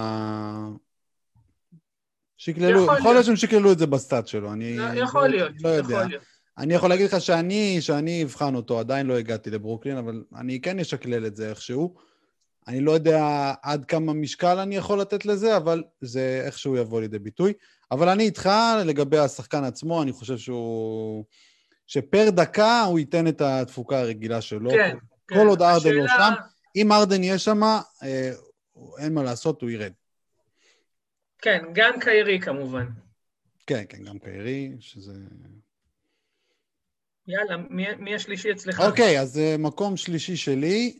יכול להיות שהם שקללו את זה בסטאט שלו, אני יכול להיות, לא יודע. יכול להיות. אני יכול להגיד לך שאני אבחן אותו, עדיין לא הגעתי לברוקלין, אבל אני כן אשקלל את זה איכשהו. אני לא יודע עד כמה משקל אני יכול לתת לזה, אבל זה איכשהו יבוא לידי ביטוי. אבל אני איתך לגבי השחקן עצמו, אני חושב שפר דקה הוא ייתן את התפוקה הרגילה שלו. כן, כן. כל עוד ארדן לא שם, אם ארדן יהיה שם, אין מה לעשות, הוא ירד. כן, גם קיירי כמובן. כן, כן, גם קיירי, שזה... יאללה, מי השלישי אצלך? אוקיי, אז מקום שלישי שלי,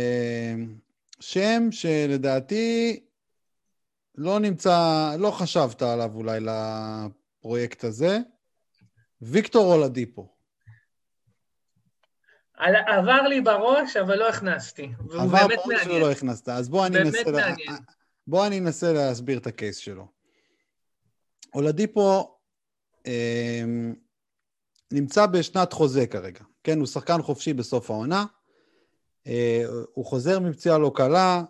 שם שלדעתי לא חשבת עליו אולי לפרויקט הזה, ויקטור אולדיפו. עבר לי בראש, אבל לא הכנסתי. והוא באמת מעניין. שלא הכנסת, אז בוא אני אנסה להסביר את הקייס שלו. אולדיפו נמצא בשנת חוזה כרגע, כן? הוא שחקן חופשי בסוף העונה, הוא חוזר מפציעה לא קלה,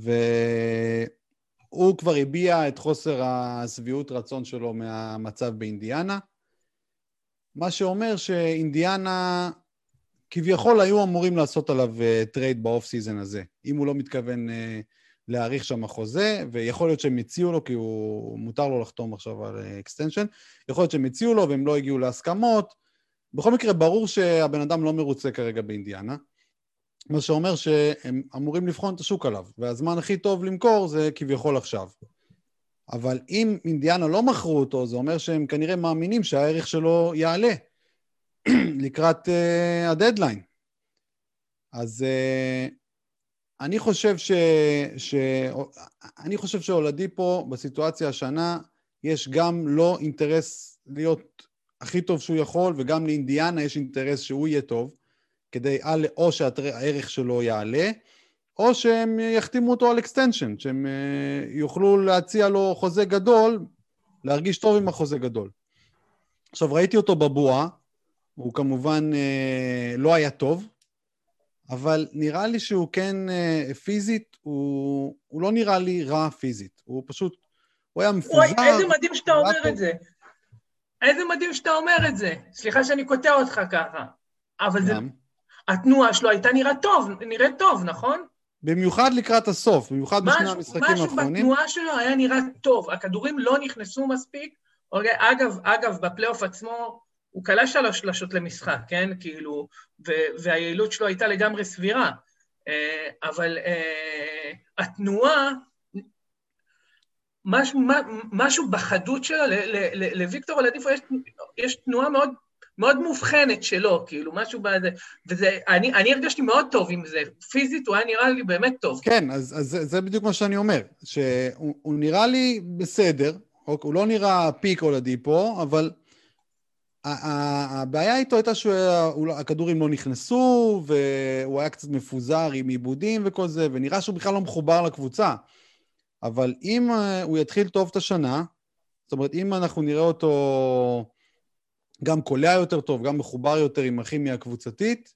והוא כבר הביע את חוסר הסביעות רצון שלו מהמצב באינדיאנה, מה שאומר שאינדיאנה כביכול היו אמורים לעשות עליו טרייד באוף סיזן הזה, אם הוא לא מתכוון להאריך שם חוזה, ויכול להיות שהם הציעו לו, כי הוא מותר לו לחתום עכשיו על אקסטנשן, יכול להיות שהם הציעו לו והם לא הגיעו להסכמות, בכל מקרה ברור שהבן אדם לא מרוצה כרגע באינדיאנה, מה שאומר שהם אמורים לבחון את השוק עליו, והזמן הכי טוב למכור זה כביכול עכשיו. אבל אם אינדיאנה לא מכרו אותו, זה אומר שהם כנראה מאמינים שהערך שלו יעלה לקראת הדדליין. אז אני חושב שאולדיפו בסיטואציה השנה, יש גם לא אינטרס להיות הכי טוב שהוא יכול, וגם לאינדיאנה יש אינטרס שהוא יהיה טוב, כדי או שהערך שלו יעלה, או שהם יחתימו אותו על אקסטנשן, שהם יוכלו להציע לו חוזה גדול, להרגיש טוב עם החוזה גדול. עכשיו, ראיתי אותו בבועה, הוא כמובן לא היה טוב, אבל נראה לי שהוא כן פיזית, הוא לא נראה לי רע פיזית, הוא פשוט, הוא היה מפוזר. אוי, איזה מדהים שאתה אומר את זה. איזה מדהים שאתה אומר את זה. סליחה שאני קוטע אותך ככה. אבל זה... התנועה שלו הייתה נראית טוב, נכון? במיוחד לקראת הסוף, במיוחד בשני המשחקים האחרונים. משהו בתנועה שלו היה נראה טוב, הכדורים לא נכנסו מספיק, אגב, בפלייאוף עצמו, הוא קלה 3 שלשות למשחק, כן? כאילו, והיעילות שלו הייתה לגמרי סבירה, אבל התנועה, משהו בחדות שלו, לוויקטור אולדיפו יש תנועה מאוד, מאוד מובחנת שלו, כאילו, משהו בזה, וזה, אני הרגשתי מאוד טוב עם זה, פיזית הוא היה נראה לי באמת טוב. כן, אז זה בדיוק מה שאני אומר, שהוא נראה לי בסדר, הוא לא נראה פיק אולדיפו, אבל הבעיה איתו הייתה שהכדורים לא נכנסו, והוא היה קצת מפוזר עם עיבודים וכל זה, ונראה שהוא בכלל לא מחובר לקבוצה, אבל אם הוא יתחיל טוב את השנה, זאת אומרת, אם אנחנו נראה אותו גם קולע יותר טוב, גם מחובר יותר עם הכימיה הקבוצתית,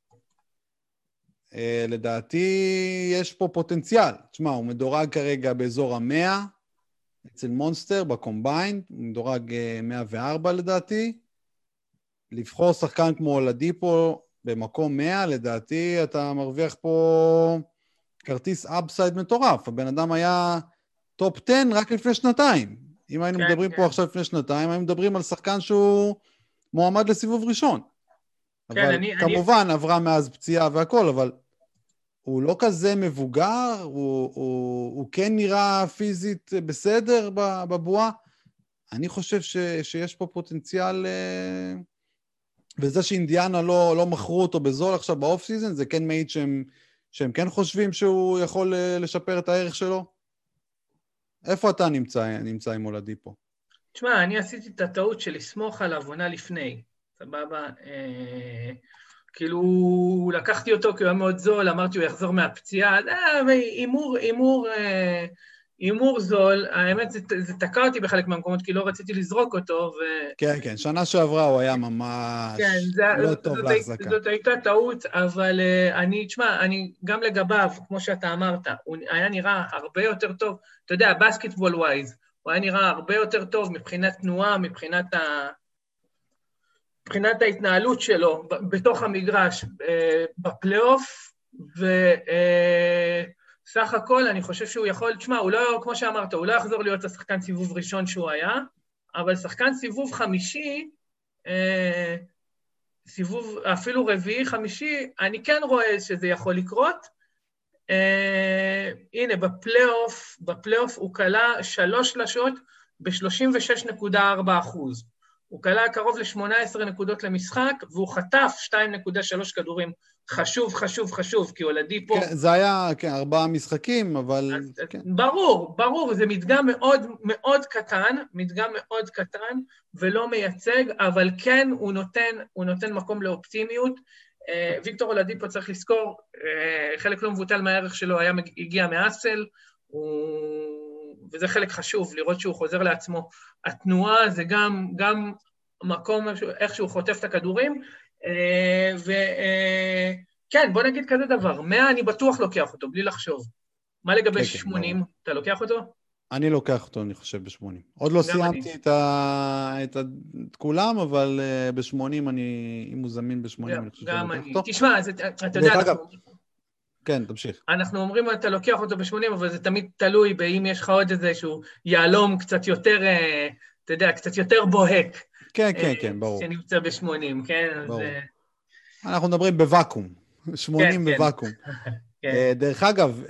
לדעתי יש פה פוטנציאל. תשמע, הוא מדורג כרגע באזור 100, אצל מונסטר, בקומביין, הוא מדורג 104 לדעתי. לבחור שחקן כמו אולדיפו במקום 100, לדעתי אתה מרוויח פה כרטיס אפסייד מטורף. הבן אדם היה טופ 10 רק לפני שנתיים. אם היינו מדברים פה עכשיו לפני שנתיים, היינו מדברים על שחקן שהוא מועמד לסיבוב ראשון. אבל כמובן עברה מאז פציעה והכל, אבל הוא לא כזה מבוגר, הוא כן נראה פיזית בסדר בבועה. אני חושב שיש פה פוטנציאל, וזה שאינדיאנה לא מכרו אותו בזול עכשיו באוף סיזן, זה כן מעיד שהם כן חושבים שהוא יכול לשפר את הערך שלו. איפה אתה נמצא עם אולדיפו? תשמע, אני עשיתי את הטעות של לסמוך עליו עונה לפני, סבבה? כאילו, לקחתי אותו כי הוא היה מאוד זול, אמרתי הוא יחזור מהפציעה, הימור זול, האמת זה תקע אותי בחלק מהמקומות, כי לא רציתי לזרוק אותו, כן, כן, שנה שעברה הוא היה ממש כן, לא טוב להחזקה. זאת הייתה טעות, אבל תשמע, אני גם לגביו, כמו שאתה אמרת, הוא היה נראה הרבה יותר טוב, אתה יודע, בסקטבול ווייז, הוא היה נראה הרבה יותר טוב מבחינת תנועה, מבחינת ההתנהלות שלו בתוך המגרש, בפלייאוף, וסך הכל אני חושב שהוא יכול, תשמע, הוא לא, כמו שאמרת, הוא לא יחזור להיות השחקן סיבוב ראשון שהוא היה, אבל שחקן סיבוב חמישי, סיבוב אפילו רביעי, חמישי, אני כן רואה שזה יכול לקרות. הנה, בפלייאוף הוא קלה 3 שלשות ב-36.4%. הוא קלה קרוב ל-18 נקודות למשחק, והוא חטף 2.3 כדורים. חשוב, כי הולדיפו... כן, זה היה, כן, 4 משחקים, אבל... כן. ברור, זה מדגם מאוד קטן, ולא מייצג, אבל כן הוא נותן מקום לאופטימיות. ויקטור הולדיפו צריך לזכור, חלק לא מבוטל מהערך שלו הגיע מאסל, וזה חלק חשוב, לראות שהוא חוזר לעצמו. התנועה זה גם מקום, איך שהוא חוטף את הכדורים, וכן, בוא נגיד כזה דבר, 100 אני בטוח לוקח אותו, בלי לחשוב. מה לגבי 80? אתה לוקח אותו? אני לוקח אותו, אני חושב, ב-80. עוד לא סיימתי את כולם, אבל ב-80 אם הוא זמין ב-80, אני חושב שאני לוקח אותו. תשמע, אתה יודע, כן, תמשיך. אנחנו אומרים, אתה לוקח אותו ב-80, אבל זה תמיד תלוי באם יש לך עוד איזשהו יעלום קצת יותר, אתה יודע, קצת יותר בוהק. כן, ברור. שנמצא ב-80, כן? ברור. אנחנו מדברים בוואקום, 80 בוואקום. דרך אגב,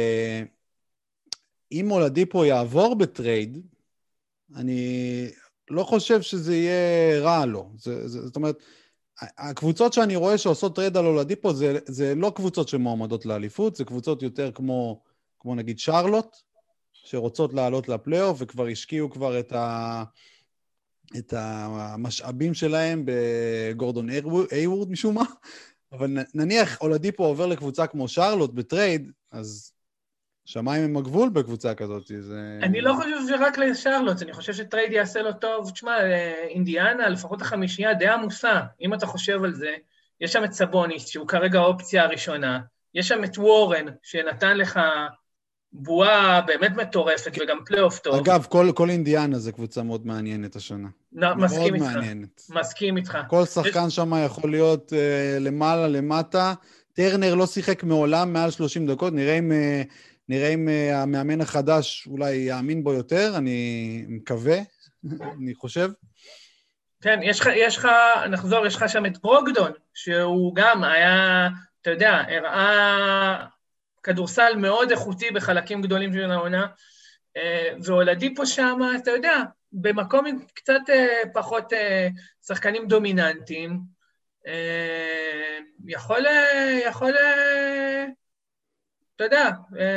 אם הולדיפו יעבור בטרייד, אני לא חושב שזה יהיה רע לו. זאת אומרת, הקבוצות שאני רואה שעושות טרייד על הולדיפו, זה לא קבוצות שמועמדות לאליפות, זה קבוצות יותר כמו נגיד שרלוט, שרוצות לעלות לפלייאוף, וכבר השקיעו כבר את המשאבים שלהם בגורדון איוורד משום מה, אבל נניח הולדיפו עובר לקבוצה כמו שרלוט בטרייד, אז שמיים הם הגבול בקבוצה כזאת. אני לא חושב שרק לשרלוט, אני חושב שטרייד יעשה לו טוב. תשמע, אינדיאנה, לפחות החמישייה, די עמוסה. אם אתה חושב על זה, יש שם את סבוניס, שהוא כרגע האופציה הראשונה, יש שם את וורן, שנתן לך בועה באמת מטורפת, וגם פלייאוף טוב. אגב, כל אינדיאנה זה קבוצה מאוד מעניינת השנה. מסכים איתך. כל שחקן שם יכול להיות למעלה, למטה. טרנר לא שיחק מעולם מעל 30 דקות, נראה אם המאמן החדש אולי יאמין בו יותר, אני מקווה, אני חושב. כן, יש לך, נחזור, יש לך שם את ברוגדון, שהוא גם היה, אתה יודע, הראה כדורסל מאוד איכותי בחלקים גדולים של העונה, והולדיפו שם, אתה יודע, במקום עם קצת פחות שחקנים דומיננטיים, יכול, אתה יודע,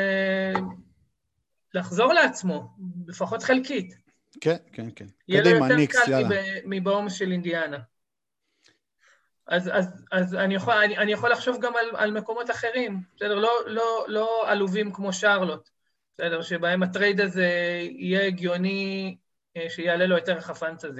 לחזור לעצמו, לפחות חלקית. כן. קדימה, ניקס, יאללה. יהיה לו יותר קל מבעומס של אינדיאנה. אז אני יכול לחשוב גם על מקומות אחרים, בסדר? לא עלובים כמו שרלוט, בסדר? שבהם הטרייד הזה יהיה הגיוני, שיעלה לו יותר חפנץ הזה.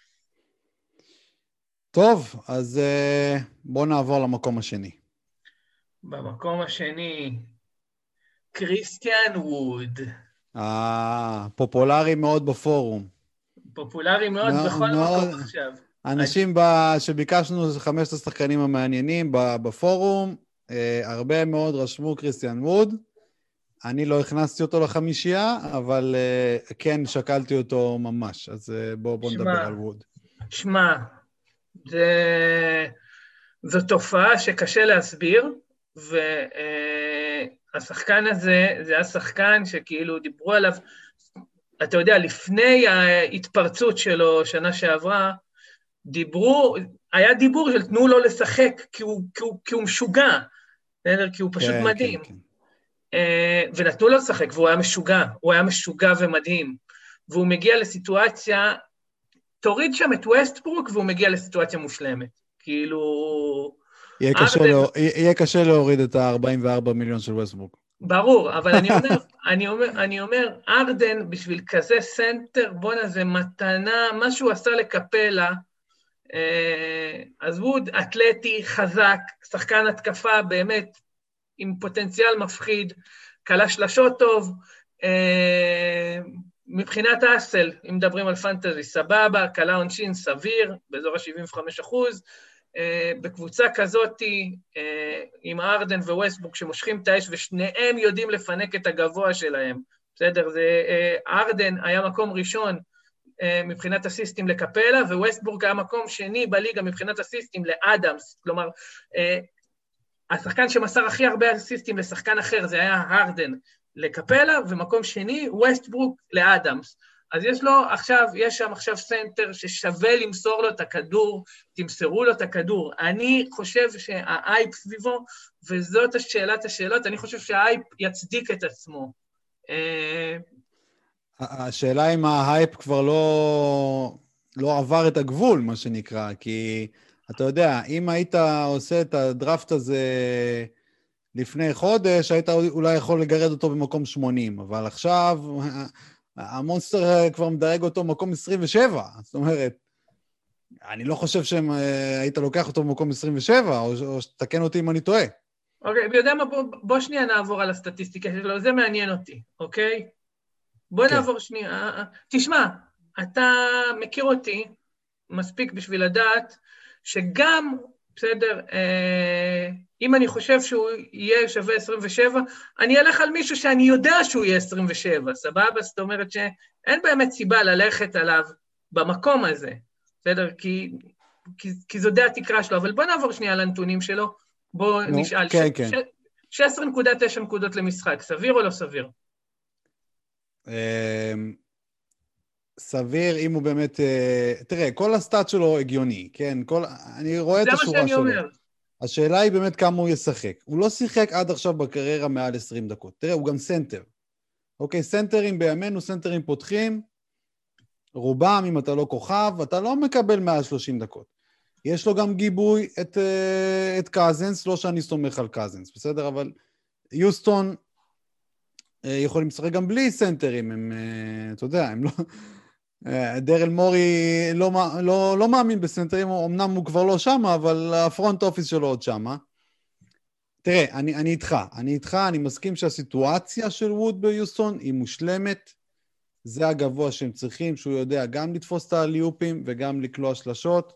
טוב, אז בואו נעבור למקום השני. במקום השני, קריסטיאן ווד. פופולרי מאוד בפורום. פופולרי מאוד בכל מקום עכשיו. אנשים שביקשנו 5 השחקנים המעניינים בפורום, הרבה מאוד רשמו קריסטיאן ווד. אני לא הכנסתי אותו לחמישייה, אבל כן שקלתי אותו ממש. אז בואו נדבר על ווד. שמע, זו תופעה שקשה להסביר, והשחקן הזה, זה השחקן שכאילו דיברו עליו, אתה יודע, לפני ההתפרצות שלו שנה שעברה, היה דיבור של תנו לו לשחק, כי הוא משוגע, כי הוא פשוט מדהים. ונתנו לו לשחק, והוא היה משוגע ומדהים, והוא מגיע לסיטואציה, תוריד שם את ווסטברוק, והוא מגיע לסיטואציה מושלמת. כאילו... יהיה קשה להוריד את ה-44 מיליון של ווסטברוק. ברור, אבל אני אומר, ארדן בשביל כזה סנטר, בונה זה מתנה, מה שהוא עשה לקפלה, אז ווד אתלטי, חזק, שחקן התקפה באמת עם פוטנציאל מפחיד, קלה שלשות טוב, מבחינת האסל, אם מדברים על פנטזי, סבבה, קלה עונשין סביר, באזור ה-75%, בקבוצה כזאת, עם ארדן וווסטברוק שמושכים את האש, ושניהם יודעים לפנק את הגבוה שלהם, בסדר? ארדן היה מקום ראשון מבחינת אסיסטים לקפלה, וווסטברוק היה מקום שני בליגה מבחינת אסיסטים לאדמס, כלומר, השחקן שמסר הכי הרבה אסיסטים לשחקן אחר, זה היה ארדן לקפלה, ומקום שני, ווסטברוק לאדמס. אז יש שם עכשיו סנטר ששווה למסור לו את הכדור, תמסרו לו את הכדור. אני חושב שהאייפ סביבו, וזאת השאלת השאלות, אני חושב שהאייפ יצדיק את עצמו. השאלה אם ההייפ כבר לא עבר את הגבול, מה שנקרא, כי אתה יודע, אם היית עושה את הדראפט הזה לפני חודש, היית אולי יכול לגרד אותו במקום 80, אבל עכשיו המונסטר כבר מדרג אותו במקום 27, זאת אומרת, אני לא חושב שהיית לוקח אותו במקום 27, או שתקן אותי אם אני טועה. אוקיי, ויודע מה, בוא שנייה נעבור על הסטטיסטיקה שלו, זה מעניין אותי, אוקיי? בוא נעבור שנייה, תשמע, אתה מכיר אותי מספיק בשביל לדעת שגם, בסדר, אם אני חושב שהוא יהיה שווה 27, אני אלך על מישהו שאני יודע שהוא יהיה 27, סבבה? זאת אומרת שאין באמת סיבה ללכת עליו במקום הזה, בסדר? כי זו די התקרה שלו, אבל בוא נעבור שנייה על הנתונים שלו, בוא נשאל, 16.9 נקודות למשחק, סביר או לא סביר? סביר אם הוא באמת, תראה, כל הסטאט שלו הגיוני, כן? אני רואה את השורה שלו. אומר. השאלה היא באמת כמה הוא ישחק. הוא לא שיחק עד עכשיו בקריירה מעל 20 דקות. תראה, הוא גם סנטר. אוקיי, סנטרים בימינו, סנטרים פותחים, רובם, אם אתה לא כוכב, אתה לא מקבל מעל 30 דקות. יש לו גם גיבוי את קזנס, לא שאני סומך על קזנס, בסדר? אבל יוסטון יכולים לשחק גם בלי סנטרים, הם, אתה יודע, הם לא... דרל מורי לא מאמין בסנטרים, אמנם הוא כבר לא שמה, אבל הפרונט אופיס שלו עוד שמה. תראה, אני איתך, אני מסכים שהסיטואציה של ווד ביוסטון היא מושלמת, זה הגבוה שהם צריכים, שהוא יודע גם לתפוס את הליופים וגם לקלוע שלשות.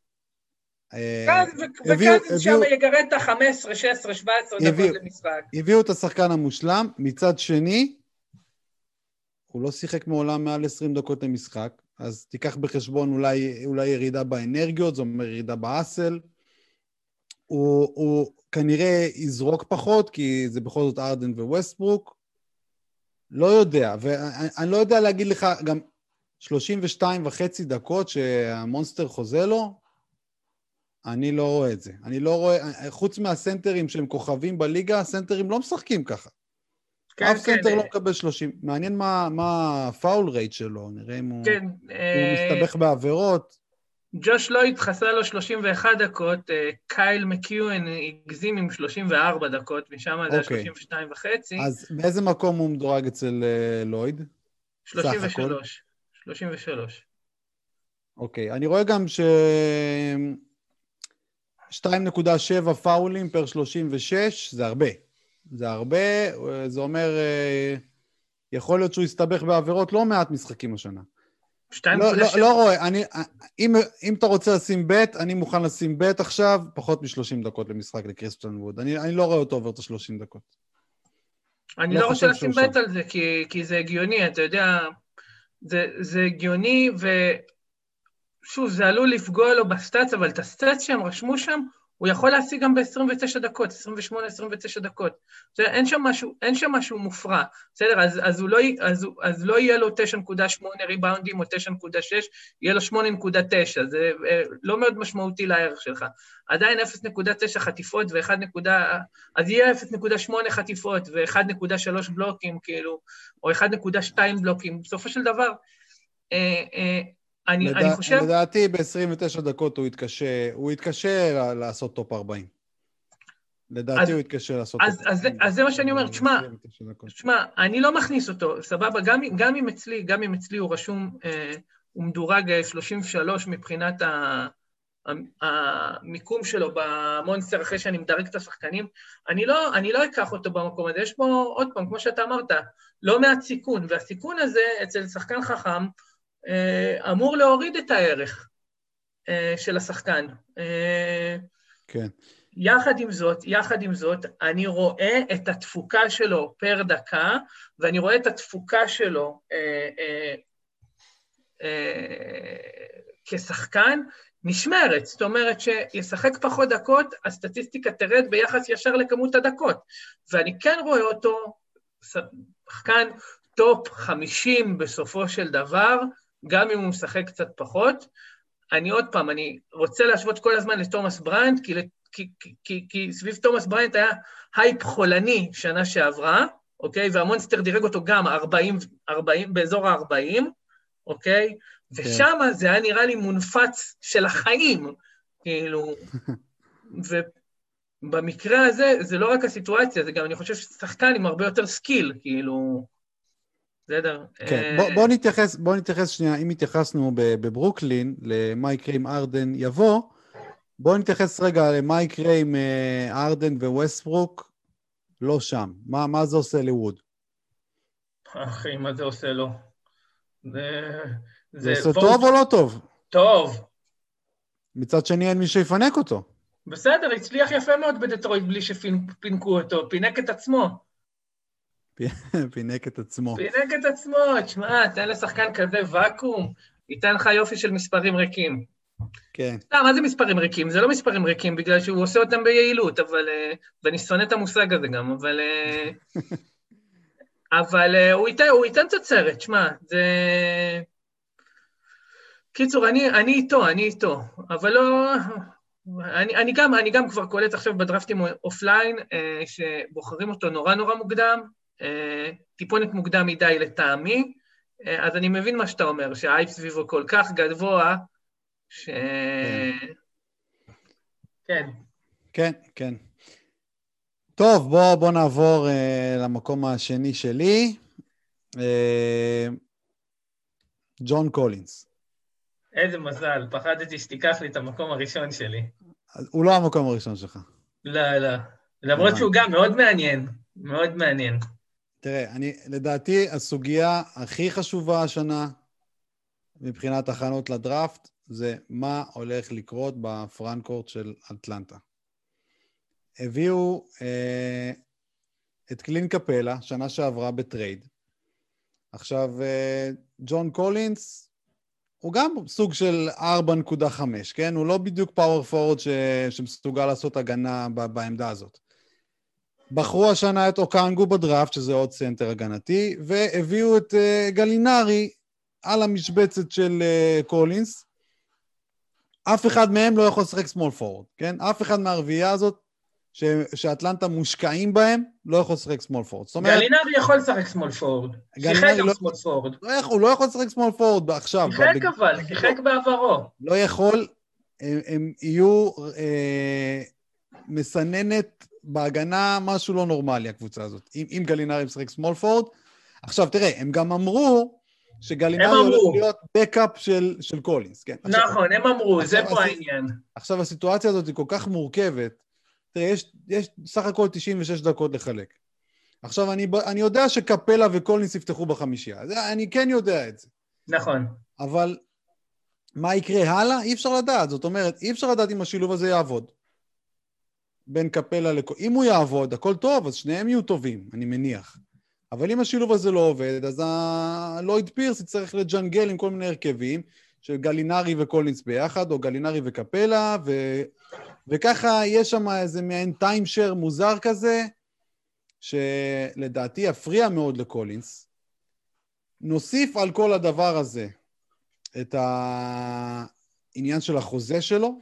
וכאן שם יגרד את ה-15, 16, 17 דקות למשחק. הביאו את השחקן המושלם, מצד שני, הוא לא שיחק מעולם מעל 20 דקות למשחק, אז תיקח בחשבון אולי ירידה באנרגיות, זאת אומרת ירידה באסל, הוא כנראה יזרוק פחות, כי זה בכל זאת ארדן וווסטברוק, לא יודע, ואני לא יודע להגיד לך, גם 32.5 דקות שהמונסטר חוזה לו, אני לא רואה את זה. אני לא רואה, חוץ מהסנטרים שהם כוכבים בליגה, הסנטרים לא משחקים ככה. אף סנטר לא מקבל 30. מעניין מה הפאול רייט שלו, נראה אם הוא מסתבך בעבירות. ג'וש לויד חסר לו 31 דקות, קייל מקיואן הגזים עם 34 דקות, משם זה 32.5. אז באיזה מקום הוא מדורג אצל לויד? 33. אוקיי, אני רואה גם 2.7 פאולים פר 36, זה הרבה. זה אומר, יכול להיות שהוא יסתבך בעבירות לא מעט משחקים השנה. לא רואה, אם אתה רוצה לשים בית, אני מוכן לשים בית עכשיו, פחות מ-30 דקות למשחק לקריסטון ווד. אני לא רואה אותו עובר את ה-30 דקות. אני לא רוצה לשים בית על זה, כי זה הגיוני, אתה יודע, זה הגיוני, ושוב, זה עלול לפגוע לו בסטאצ, אבל את הסטאצ שהם רשמו שם, הוא יכול להשיג גם ב-29 דקות, 28-29 דקות. אין שם משהו מופרע. בסדר, אז לא יהיה לו 9.8 ריבאונדים או 9.6, יהיה לו 8.9. זה לא מאוד משמעותי לערך שלך. עדיין 0.9 חטיפות אז יהיה 0.8 חטיפות ו-1.3 בלוקים, כאילו, או 1.2 בלוקים. בסופו של דבר, אני חושב... לדעתי ב-29 דקות הוא יתקשה לעשות טופ 40. לדעתי הוא יתקשה לעשות אז זה מה שאני אומר, תשמע, אני לא מכניס אותו, סבבה, גם אם אצלי הוא רשום, הוא מדורג 33 מבחינת המיקום שלו במונסטר אחרי שאני מדרג את השחקנים, אני לא אקח אותו במקום הזה, יש פה עוד פעם, כמו שאתה אמרת, לא מעט סיכון, והסיכון הזה אצל שחקן חכם אמור להוריד את הערך של השחקן. כן. יחד עם זאת, אני רואה את התפוקה שלו פר דקה, ואני רואה את התפוקה שלו כשחקן נשמרת. זאת אומרת שישחק פחות דקות, הסטטיסטיקה תרד ביחס ישר לכמות הדקות. ואני כן רואה אותו שחקן טופ 50 בסופו של דבר, גם אם הוא משחק קצת פחות. עוד פעם, אני רוצה להשוות כל הזמן לתומאס בריינט, כי סביב תומאס בריינט היה הייפ חולני שנה שעברה, אוקיי? והמונסטר דירג אותו גם 40, באזור ה-40, אוקיי? ושם זה היה נראה לי מונפץ של החיים, כאילו, ובמקרה הזה, זה לא רק הסיטואציה, זה גם, אני חושב ששחקן עם הרבה יותר סקיל, כאילו, בסדר. כן, בוא נתייחס שנייה, אם התייחסנו בברוקלין, למה יקרה עם ארדן יבוא, בואו נתייחס רגע למה יקרה עם ארדן וווסטברוק, לא שם. מה זה עושה לווד? אחי, מה זה עושה לו? זה עושה טוב או לא טוב? טוב. מצד שני אין מי שיפנק אותו. בסדר, הצליח יפה מאוד בדטרויט בלי שפינקו אותו, פינק את עצמו. פינק את עצמו. תשמע, תן לשחקן כזה ואקום, ייתן לך יופי של מספרים ריקים. כן. מה זה מספרים ריקים? זה לא מספרים ריקים, בגלל שהוא עושה אותם ביעילות, אבל, ואני שונא את המושג הזה גם, אבל הוא ייתן תוצרת, שמה, זה... קיצור, אני איתו, אבל לא... אני גם כבר קולט עכשיו בדרפטים אופליין, שבוחרים אותו נורא מוקדם, טיפונת מוקדם מדי לטעמי, אז אני מבין מה שאתה אומר, שהאייפ סביבו כל כך גבוה, כן. טוב, בוא נעבור למקום השני שלי. ג'ון קולינס. איזה מזל, פחדתי שתיקח לי את המקום הראשון שלי. הוא לא המקום הראשון שלך. לא. למרות שהוא גם מאוד מעניין. תראה, לדעתי הסוגיה הכי חשובה השנה, מבחינת הכנות לדראפט, זה מה הולך לקרות בפרנקורט של אטלנטה. הביאו את קלין קפלה, שנה שעברה בטרייד. עכשיו, ג'ון קולינס, הוא גם סוג של 4.5, כן? הוא לא בדיוק פאוור פורד שמסוגל לעשות הגנה בעמדה הזאת. בחרו השנה את אוקנגו בדראפט, שזה עוד סנטר הגנתי, והביאו את גלינרי על המשבצת של קולינס. אף אחד מהם לא יכול לשחק סמול פורד, כן? אף אחד מהרביעייה הזאת שאטלנטה מושקעים בהם, לא יכול לשחק סמול פורד. גלינרי יכול לשחק סמול פורד. שיחק גם סמול פורד. הוא לא יכול לשחק סמול פורד עכשיו. שיחק בעברו. לא יכול, הם יהיו מסננת בהגנה משהו לא נורמלי, הקבוצה הזאת. אם גלינרי משחק סמול פורד. עכשיו, תראה, הם גם אמרו שגלינרי הולך להיות בקאפ של קולינס. כן? נכון, הם אמרו, זה פה העניין. עכשיו, הסיטואציה הזאת היא כל כך מורכבת. תראה, יש סך הכל 96 דקות לחלק. עכשיו, אני יודע שקפלה וקולינס יפתחו בחמישייה. אני כן יודע את זה. נכון. אבל מה יקרה הלאה? אי אפשר לדעת. זאת אומרת, אי אפשר לדעת אם השילוב הזה יעבוד. בין קפלה אם הוא יעבוד, הכל טוב, אז שניהם יהיו טובים, אני מניח. אבל אם השילוב הזה לא עובד, אז לויד פירס יצטרך לג'נגל עם כל מיני הרכבים, של גלינרי וקולינס ביחד, או גלינרי וקפלה, וככה יש שם איזה מעין טיימשר מוזר כזה, שלדעתי יפריע מאוד לקולינס. נוסיף על כל הדבר הזה את העניין של החוזה שלו,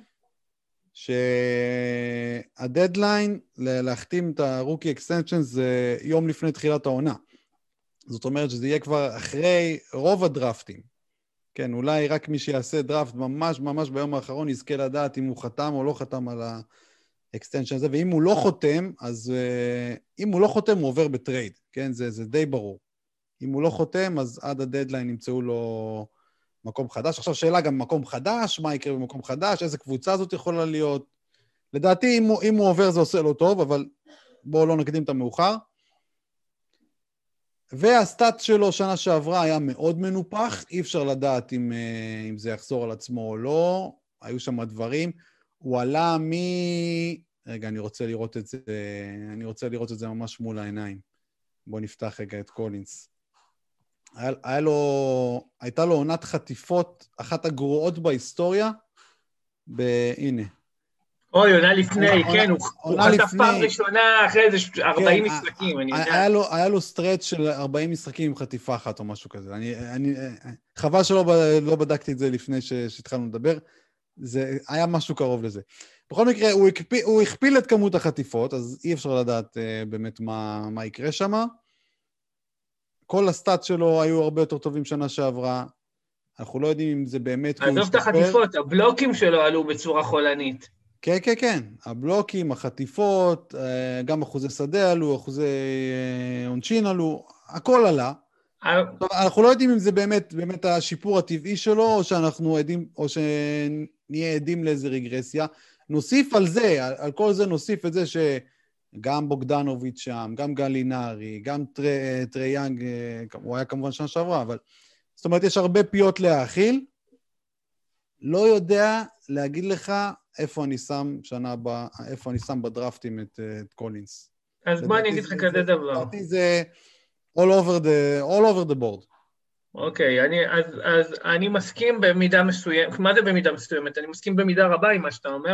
שהדדליין להחתים את הרוקי אקסטנשן זה יום לפני תחילת העונה. זאת אומרת שזה יהיה כבר אחרי רוב הדרפטים. כן, אולי רק מי שיעשה דראפט ממש ביום האחרון יזכה לדעת אם הוא חתם או לא חתם האקסטנשן הזה, ואם הוא לא חותם, אז אם הוא לא חותם, הוא עובר בטרייד, כן? זה די ברור. אם הוא לא חותם, אז עד הדדליין ימצאו לו מקום חדש. עכשיו שאלה גם מקום חדש, מה יקרה במקום חדש, איזה קבוצה הזאת יכולה להיות. לדעתי, אם הוא עובר זה עושה לו טוב, אבל בואו לא נקדים את המאוחר. והסטאט שלו שנה שעברה היה מאוד מנופח, אי אפשר לדעת אם זה יחזור על עצמו או לא, היו שם דברים. הוא עלה רגע, אני רוצה לראות את זה ממש מול העיניים. בואו נפתח רגע את קולינס. הייתה לו עונת חטיפות, אחת הגרועות בהיסטוריה, הנה. אוי, עונה לפני, כן, הוא חטף פעם ראשונה אחרי איזה 40 משחקים, אני יודע. היה לו סטרץ' של 40 משחקים עם חטיפה אחת או משהו כזה. חבל שלא בדקתי את זה לפני שהתחלנו לדבר, זה היה משהו קרוב לזה. בכל מקרה, הוא הכפיל את כמות החטיפות, אז אי אפשר לדעת באמת מה יקרה שם. כל הסטאט שלו היו הרבה יותר טובים שנה שעברה. אנחנו לא יודעים אם זה באמת... עזוב את החטיפות, הבלוקים שלו עלו בצורה חולנית. כן, כן, כן. הבלוקים, החטיפות, גם אחוזי שדה עלו, אחוזי עונשין עלו, הכל עלה. אנחנו לא יודעים אם זה באמת השיפור הטבעי שלו, או שנהיה עדים לאיזה רגרסיה. נוסיף על זה, על כל זה נוסיף את זה שגם בוגדנוביץ' שם, גם גלינרי, גם טרייאנג, הוא היה כמובן שנה שעברה, אבל זאת אומרת, יש הרבה פיות להאכיל. לא יודע להגיד לך איפה אני שם בדרפטים את קולינס. אז בוא אני אגיד לך כזה דבר. לדעתי זה all over the board. אוקיי, אז אני מסכים במידה מסוימת, מה זה במידה מסוימת? אני מסכים במידה רבה עם מה שאתה אומר,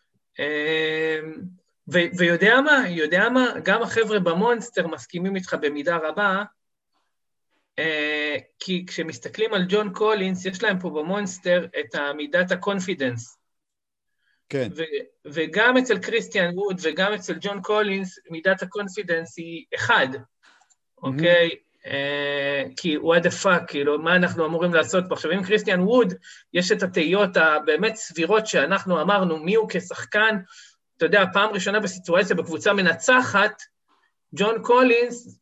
ויודע מה? גם החבר'ה במונסטר מסכימים איתך במידה רבה, כי כשמסתכלים על ג'ון קולינס, יש להם פה במונסטר את מידת הקונפידנס. כן. וגם אצל קריסטיאן ווד וגם אצל ג'ון קולינס, מידת הקונפידנס היא אחד, אוקיי? כי what the fuck, כאילו, מה אנחנו אמורים לעשות פה? עכשיו, עם קריסטיאן ווד, יש את התהיות הבאמת סבירות שאנחנו אמרנו, מי הוא כשחקן, אתה יודע, פעם ראשונה בסיטואציה בקבוצה מנצחת, ג'ון קולינס,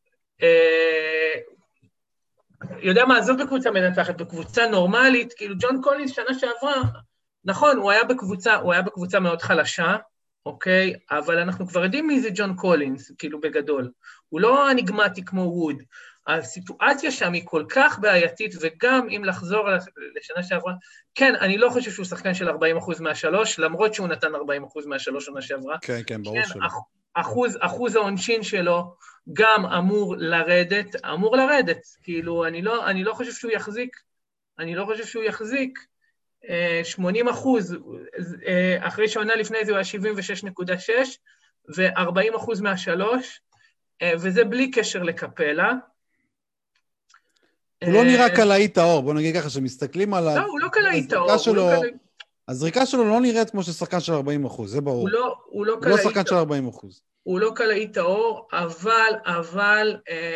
יודע מה, עזוב בקבוצה מנצחת, בקבוצה נורמלית, כאילו ג'ון קולינס שנה שעברה, נכון, הוא היה בקבוצה מאוד חלשה, אוקיי? אבל אנחנו כבר יודעים מי זה ג'ון קולינס, כאילו בגדול. הוא לא אניגמטי כמו ווד. הסיטואציה שם היא כל כך בעייתית, וגם אם לחזור לשנה שעברה, כן, אני לא חושב שהוא שחקן של 40% מהשלוש, למרות שהוא נתן 40% מהשלוש שנה שעברה. כן, כן, ברור שלא. אחוז העונשין שלו גם אמור לרדת, כאילו, אני לא חושב שהוא יחזיק, 80%, אחרי שעונה לפני זה הוא היה 76.6, ו-40% מהשלוש, וזה בלי קשר לקפלה. הוא לא נראה קלעי טהור, בוא נגיד ככה, שמסתכלים על... לא, הוא לא קלעי טהור. הזריקה שלו לא נראית כמו ששחקן של 40%, זה ברור. הוא לא שחקן של 40%. הוא לא קלעי טהור, אבל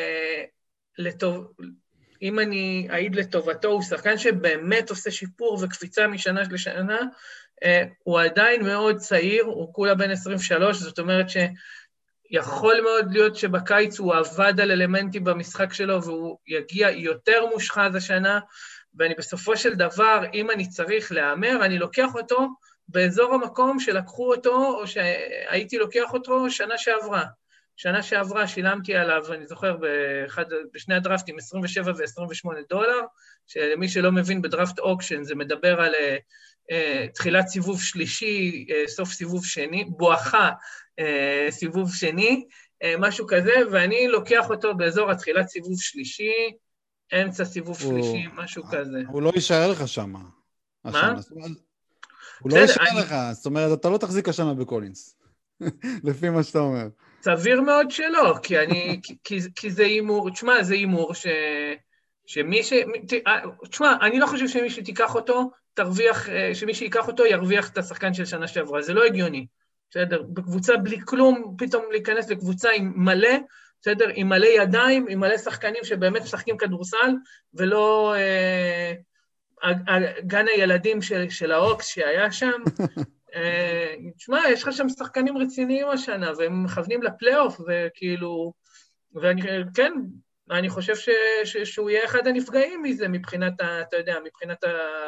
אם אני אעיד לטובתו, הוא שחקן שבאמת עושה שיפור וקפיצה משנה לשנה, הוא עדיין מאוד צעיר, הוא כולה בן 23, זאת אומרת שיכול מאוד להיות שבקיץ הוא עבד על אלמנטים במשחק שלו, והוא יגיע יותר מושחז השנה, ואני בסופו של דבר, אם אני צריך להאמר, אני לוקח אותו באזור המקום שלקחו אותו, או שהייתי לוקח אותו שנה שעברה שילמתי עליו, אני זוכר, בשני הדרפטים, 27 ו-28$, שלמי שלא מבין בדרפט אוקשן, זה מדבר על תחילת סיבוב שלישי, סוף סיבוב שני, בואכה סיבוב שני, משהו כזה, ואני לוקח אותו באזור התחילת סיבוב שלישי, אמצע סיבוב שלישי, משהו כזה. הוא לא יישאר לך שם. מה? הוא לא יישאר לך, זאת אומרת, אתה לא תחזיק השנה בקולינס, לפי מה שאתה אומר. סביר מאוד שלא, כי זה אימור, תשמע, זה אימור תשמע, אני לא חושב שמי שתיקח אותו, שמי שיקח אותו ירוויח את השחקן של שנה שעברה, זה לא הגיוני, בסדר? בקבוצה בלי כלום, פתאום להיכנס לקבוצה עם מלא, בסדר? עם מלא ידיים, עם מלא שחקנים שבאמת משחקים כדורסל, ולא גן הילדים של האוקס שהיה שם, תשמע, יש לך שם שחקנים רציניים השנה, והם מכוונים לפלייאוף, וכאילו, כן, אני חושב שהוא יהיה אחד הנפגעים מזה, מבחינת, אתה יודע, מבחינת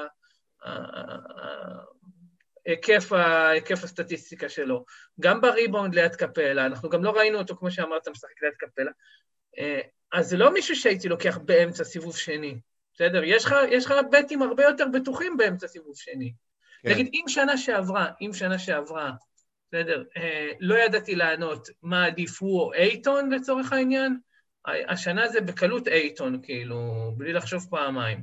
היקף הסטטיסטיקה שלו. גם בריבאונד ליד קפלה, אנחנו גם לא ראינו אותו, כמו שאמרת, משחק ליד קפלה. אז זה לא מישהו שהייתי לוקח באמצע סיבוב שני, בסדר? יש לך בטים הרבה יותר בטוחים באמצע סיבוב שני. כן. נגיד, אם שנה שעברה, בסדר, לא ידעתי לענות מה עדיף הוא או אייטון לצורך העניין, השנה זה בקלות אייטון, כאילו, בלי לחשוב פעמיים.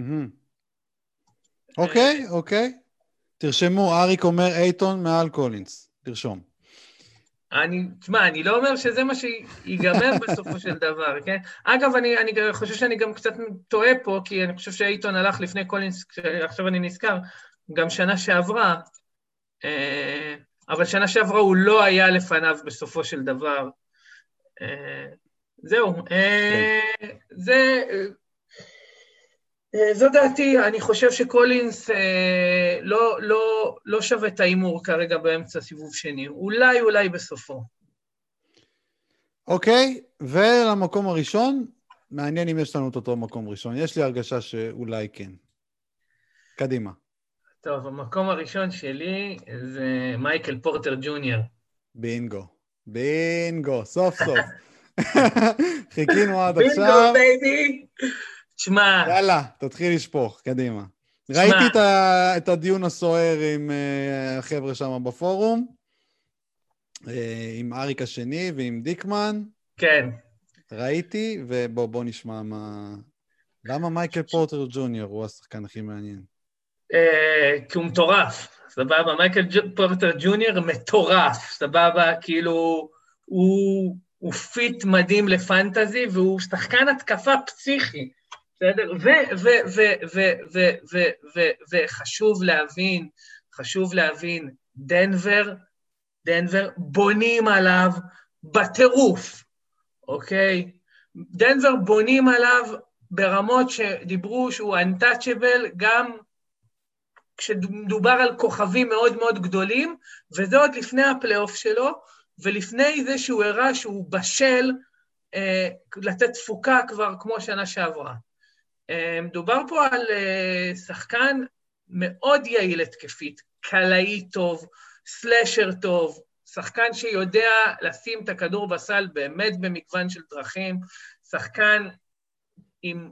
אוקיי. תרשמו, אריק אומר אייטון מעל קולינס. תרשום. אני לא אומר שזה מה שיגמר בסופו של דבר, כן? אגב, אני חושב שאני גם קצת טועה פה, כי אני חושב שאייטון הלך לפני קולינס, עכשיו אני נזכר, גם שנה שעברה, אבל שנה שעברה הוא לא היה לפניו בסופו של דבר. זהו, זו דעתי, אני חושב שקולינס לא שווה את האימור כרגע באמצע סיבוב שני, אולי בסופו. אוקיי, ולמקום הראשון, מעניין אם יש לנו את אותו מקום ראשון, יש לי הרגשה שאולי כן. קדימה. טוב, המקום הראשון שלי זה מייקל פורטר ג'וניור. בינגו, סוף. חיכינו עד עכשיו. בינגו, בייבי. תשמע. יאללה, תתחיל לשפוך, קדימה. ראיתי את הדיון הסוער עם החבר'ה שם בפורום, עם אריק השני ועם דיקמן. כן. ראיתי, ובוא נשמע מה... למה מייקל פורטר ג'וניור הוא השחקן הכי מעניין? כי הוא מטורף, סבבה? מייקל פורטר ג'וניור מטורף, סבבה? כאילו, הוא פיט מדהים לפנטזי, והוא שחקן התקפה פסיכי. בסדר? וחשוב להבין, דנבר בונים עליו בטירוף, אוקיי? דנבר בונים עליו ברמות שדיברו שהוא untouchable, גם כשדובר על כוכבים מאוד מאוד גדולים, וזה עוד לפני הפלייאוף שלו, ולפני זה שהוא הראה שהוא בשל לתת תפוקה כבר כמו שנה שעברה. מדובר פה על שחקן מאוד יעיל התקפית, קלעי טוב, סלשר טוב, שחקן שיודע לשים את הכדור בסל באמת במגוון של דרכים, שחקן עם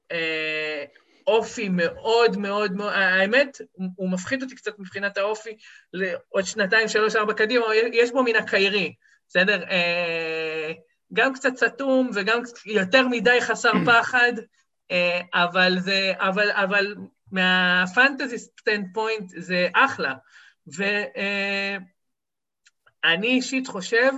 אופי מאוד מאוד מאוד, האמת, הוא מפחיד אותי קצת מבחינת האופי, לעוד 2, 3, 4 קדימה, יש בו מן הקיירי, בסדר? גם קצת סתום וגם יותר מדי חסר פחד, אבל מהפנטזי סטנדפוינט זה אחלה, ואני אישית חושב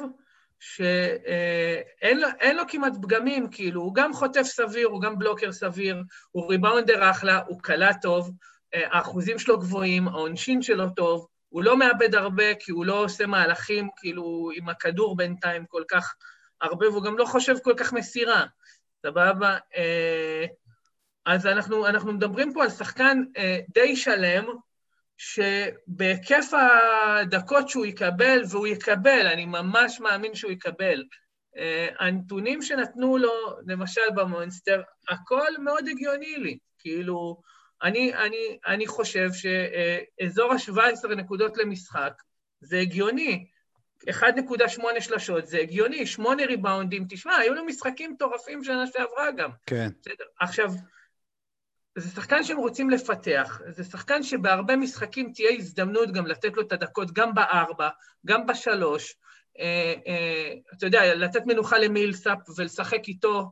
שאין לו כמעט פגמים, כאילו, הוא גם חוטף סביר, הוא גם בלוקר סביר, הוא ריבאונדר אחלה, הוא קלע טוב, האחוזים שלו גבוהים, העונשין שלו טוב, הוא לא מאבד הרבה, כי הוא לא עושה מהלכים, כאילו, עם הכדור בינתיים כל כך הרבה, והוא גם לא חושב כל כך מסירה, סבבה? אז אנחנו מדברים פה על שחקן די שלם, שבהיקף הדקות שהוא יקבל, והוא יקבל, אני ממש מאמין שהוא יקבל, הנתונים שנתנו לו, למשל במונסטר, הכל מאוד הגיוני לי, כאילו, אני חושב שאזור ה-17 נקודות למשחק, זה הגיוני, 1.8 שלשות, זה הגיוני, 8 ריבאונדים, תשמע, היו לו משחקים מטורפים שנה שעברה גם. כן. עכשיו, זה שחקן שהם רוצים לפתח, זה שחקן שבהרבה משחקים תהיה הזדמנות גם לתת לו את הדקות, גם ב4, גם ב3, אתה יודע, לתת מנוחה למילסאפ ולשחק איתו,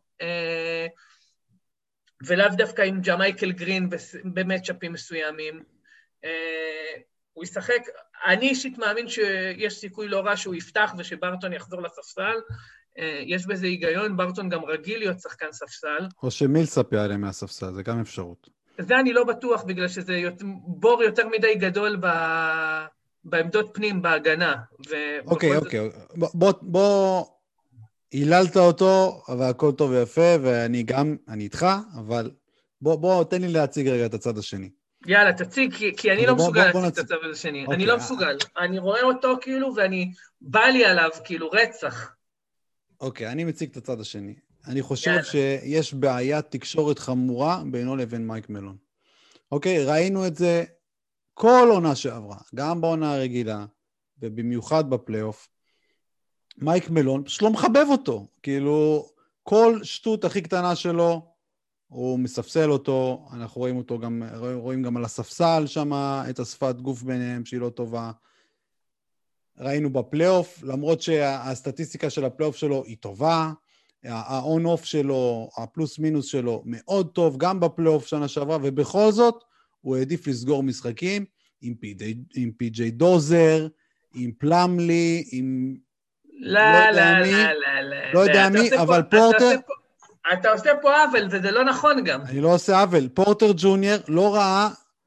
ולאו דווקא עם ג'מייקל גרין במצ'אפים מסוימים. הוא ישחק, אני אישית מאמין שיש סיכוי לא רע שהוא יפתח ושברטון יחזור לספסל, יש בזה היגיון, ברטון גם רגיל להיות שחקן ספסל. או שמילסאפ יעלה מהספסל, זה גם אפשרות. זה אני לא בטוח, בגלל שזה בור יותר מדי גדול בעמדות פנים, בהגנה. אוקיי. בוא, היללת אותו, והכל טוב ויפה, ואני איתך, אבל בוא, תן לי להציג רגע את הצד השני. יאללה, תציג, כי אני לא מסוגל להציג את הצד השני. אני לא מסוגל. אני רואה אותו כאילו, ואני בא לי עליו כאילו רצח. אוקיי, אני מציג את הצד השני. אני חושב שיש בעיית תקשורת חמורה בינו לבין מייק מלון. אוקיי, ראינו את זה כל עונה שעברה, גם בעונה הרגילה, ובמיוחד בפלייאוף. מייק מלון פשוט לא מחבב אותו. כאילו, כל שטות הכי קטנה שלו, הוא מספסל אותו, אנחנו רואים אותו גם, רואים גם על הספסל שם, את השפת גוף ביניהם שהיא לא טובה. ראינו בפלייאוף, למרות שהסטטיסטיקה של הפלייאוף שלו היא טובה, האון-אוף שלו, הפלוס מינוס שלו מאוד טוב, גם בפלייאוף שנה שעברה, ובכל זאת הוא העדיף לסגור משחקים עם פי.ג'יי דוזר, עם פלמלי, עם... לא יודע מי, אבל פורטר... אתה עושה פה עוול, וזה לא נכון גם. אני לא עושה עוול. פורטר ג'וניור לא ראה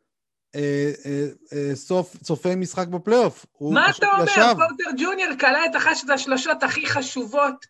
סופי משחק בפלייאוף. מה אתה אומר? פורטר ג'וניור קלה את אחת השלושות הכי חשובות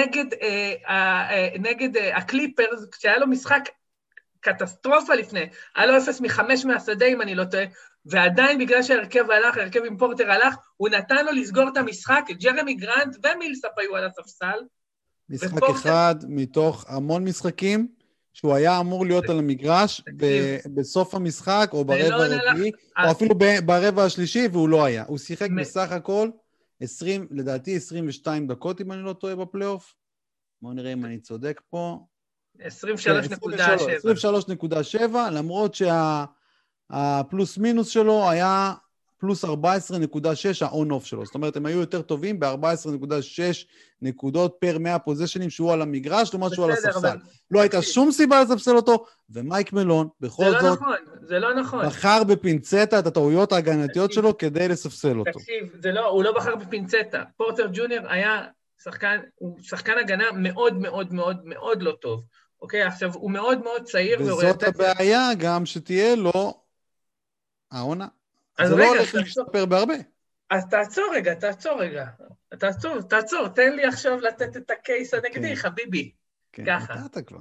נגד הקליפרס, כשהיה לו משחק קטסטרופה לפני, היה לו 0-5 מהשדה אם אני לא טועה, ועדיין בגלל שהרכב הלך, הרכב עם פורטר הלך, הוא נתן לו לסגור את המשחק, ג'רמי גרנט ומילסאפ היו על הספסל. משחק אחד מתוך המון משחקים, שהוא היה אמור להיות על המגרש בסוף המשחק, או ברבע הרביעי, או אפילו ברבע השלישי, והוא לא היה. הוא שיחק בסך הכל 20, לדעתי 22 דקות, אם אני לא טועה בפלייאוף. בואו נראה אם אני צודק פה. 23.7. למרות שהפלוס מינוס שלו היה פלוס 14.6 האון-אוף שלו. זאת אומרת, הם היו יותר טובים ב-14.6 נקודות פר 100 פוזישנים שהוא על המגרש, לעומת שהוא על הספסל. לא הייתה שום סיבה לספסל אותו, ומייק מלון, בכל זאת, זה לא נכון. בחר בפינצטה את הטעויות ההגנתיות שלו כדי לספסל אותו. תקשיב, הוא לא בחר בפינצטה. פורטר ג'וניור היה שחקן הגנה מאוד מאוד מאוד מאוד לא טוב. אוקיי, עכשיו הוא מאוד מאוד צעיר. וזאת הבעיה גם שתהיה לו העונה. זה לא הולך להשתפר בהרבה. אז תעצור, תן לי עכשיו לתת את הקייס הנגדי, חביבי. ככה. אתה כבר.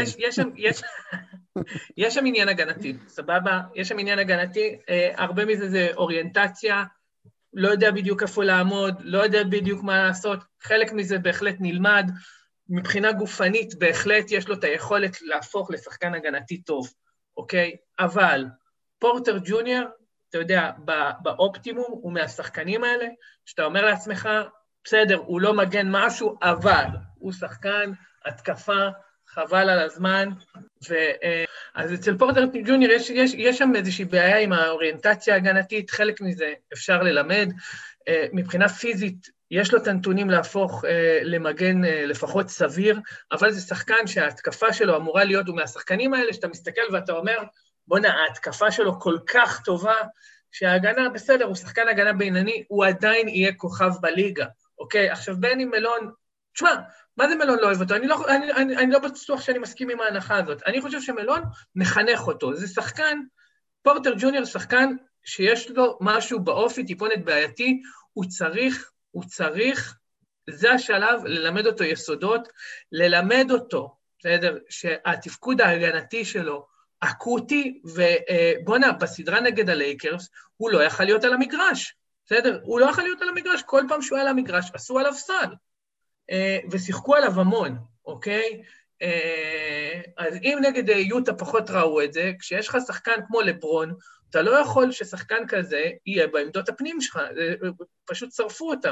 יש שם עניין הגנתי, סבבה? יש שם עניין הגנתי, הרבה מזה זה אוריינטציה, לא יודע בדיוק איפה לעמוד, לא יודע בדיוק מה לעשות, חלק מזה בהחלט נלמד, מבחינה גופנית בהחלט יש לו את היכולת להפוך לשחקן הגנתי טוב, אוקיי? אבל פורטר ג'וניור, אתה יודע, באופטימום הוא מהשחקנים האלה, שאתה אומר לעצמך, בסדר, הוא לא מגן משהו, אבל הוא שחקן, התקפה, חבל על הזמן, אז אצל פורטר ג'וניור יש שם איזושהי בעיה עם האוריינטציה ההגנתית, חלק מזה אפשר ללמד, מבחינה פיזית יש לו את הנתונים להפוך למגן לפחות סביר, אבל זה שחקן שההתקפה שלו אמורה להיות, הוא מהשחקנים האלה שאתה מסתכל ואתה אומר, בונה, ההתקפה שלו כל כך טובה, שההגנה, בסדר, הוא שחקן הגנה בינוני, הוא עדיין יהיה כוכב בליגה, אוקיי? עכשיו, בני מלון, תשמע, מה זה מלון לא אוהב אותו? אני לא בטוח שאני מסכים עם ההנחה הזאת. אני חושב שמלון מחנך אותו. זה שחקן, פורטר ג'וניור שחקן שיש לו משהו באופי, טיפונת בעייתי, הוא צריך, זה השלב ללמד אותו יסודות, ללמד אותו, בסדר, שהתפקוד ההגנתי שלו אקוטי, ובונה, בסדרה נגד הלייקרס, הוא לא יכל להיות על המגרש, בסדר? הוא לא יכל להיות על המגרש, כל פעם שהוא היה על המגרש, עשו עליו סל, ושיחקו עליו המון, אוקיי? אז אם נגד יוטה פחות ראו את זה, כשיש לך שחקן כמו לברון, אתה לא יכול ששחקן כזה יהיה בעמדות הפנים שלך, פשוט שרפו אותם.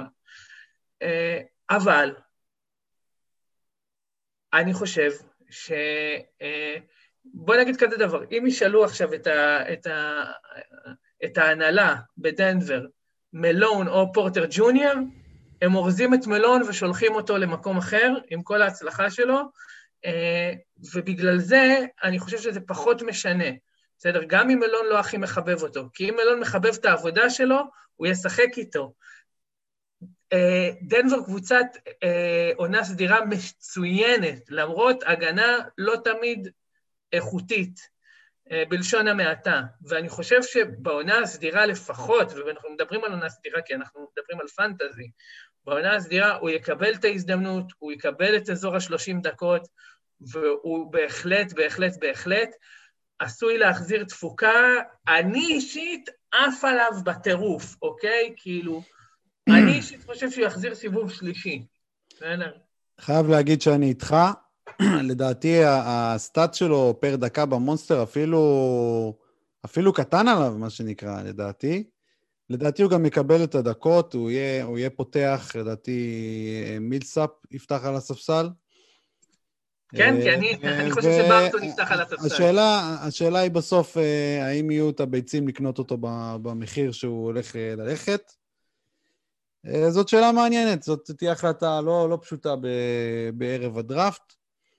אבל אני חושב בוא נגיד כזה דבר, אם ישאלו עכשיו את ההנהלה בדנבר, מלון או פורטר ג'וניור, הם אורזים את מלון ושולחים אותו למקום אחר, עם כל ההצלחה שלו, ובגלל זה אני חושב שזה פחות משנה. בסדר, גם אם מלון לא הכי מחבב אותו, כי אם מלון מחבב את העבודה שלו, הוא ישחק איתו. דנבר קבוצת עונה סדירה מצוינת, למרות הגנה לא תמיד איכותית, בלשון המעטה, ואני חושב שבעונה הסדירה לפחות, ואנחנו מדברים על עונה סדירה כי אנחנו מדברים על פנטזי, בעונה הסדירה הוא יקבל את ההזדמנות, הוא יקבל את אזור ה-30 דקות, והוא בהחלט, בהחלט, בהחלט, עשוי להחזיר תפוקה, אני אישית עף עליו בטירוף, אוקיי? כאילו, אני אישית חושב שהוא יחזיר סיבוב שלישי. חייב להגיד שאני איתך, לדעתי הסטאט שלו פר דקה במונסטר אפילו קטן עליו, מה שנקרא, לדעתי. לדעתי הוא גם יקבל את הדקות, הוא יהיה פותח, לדעתי מילסאפ יפתח על הספסל. כן, כי אני חושב שברטון יפתח על הספסל. השאלה היא בסוף, האם יהיו את הביצים לקנות אותו במחיר שהוא הולך ללכת. זאת שאלה מעניינת, זאת תהיה החלטה לא פשוטה בערב הדראפט,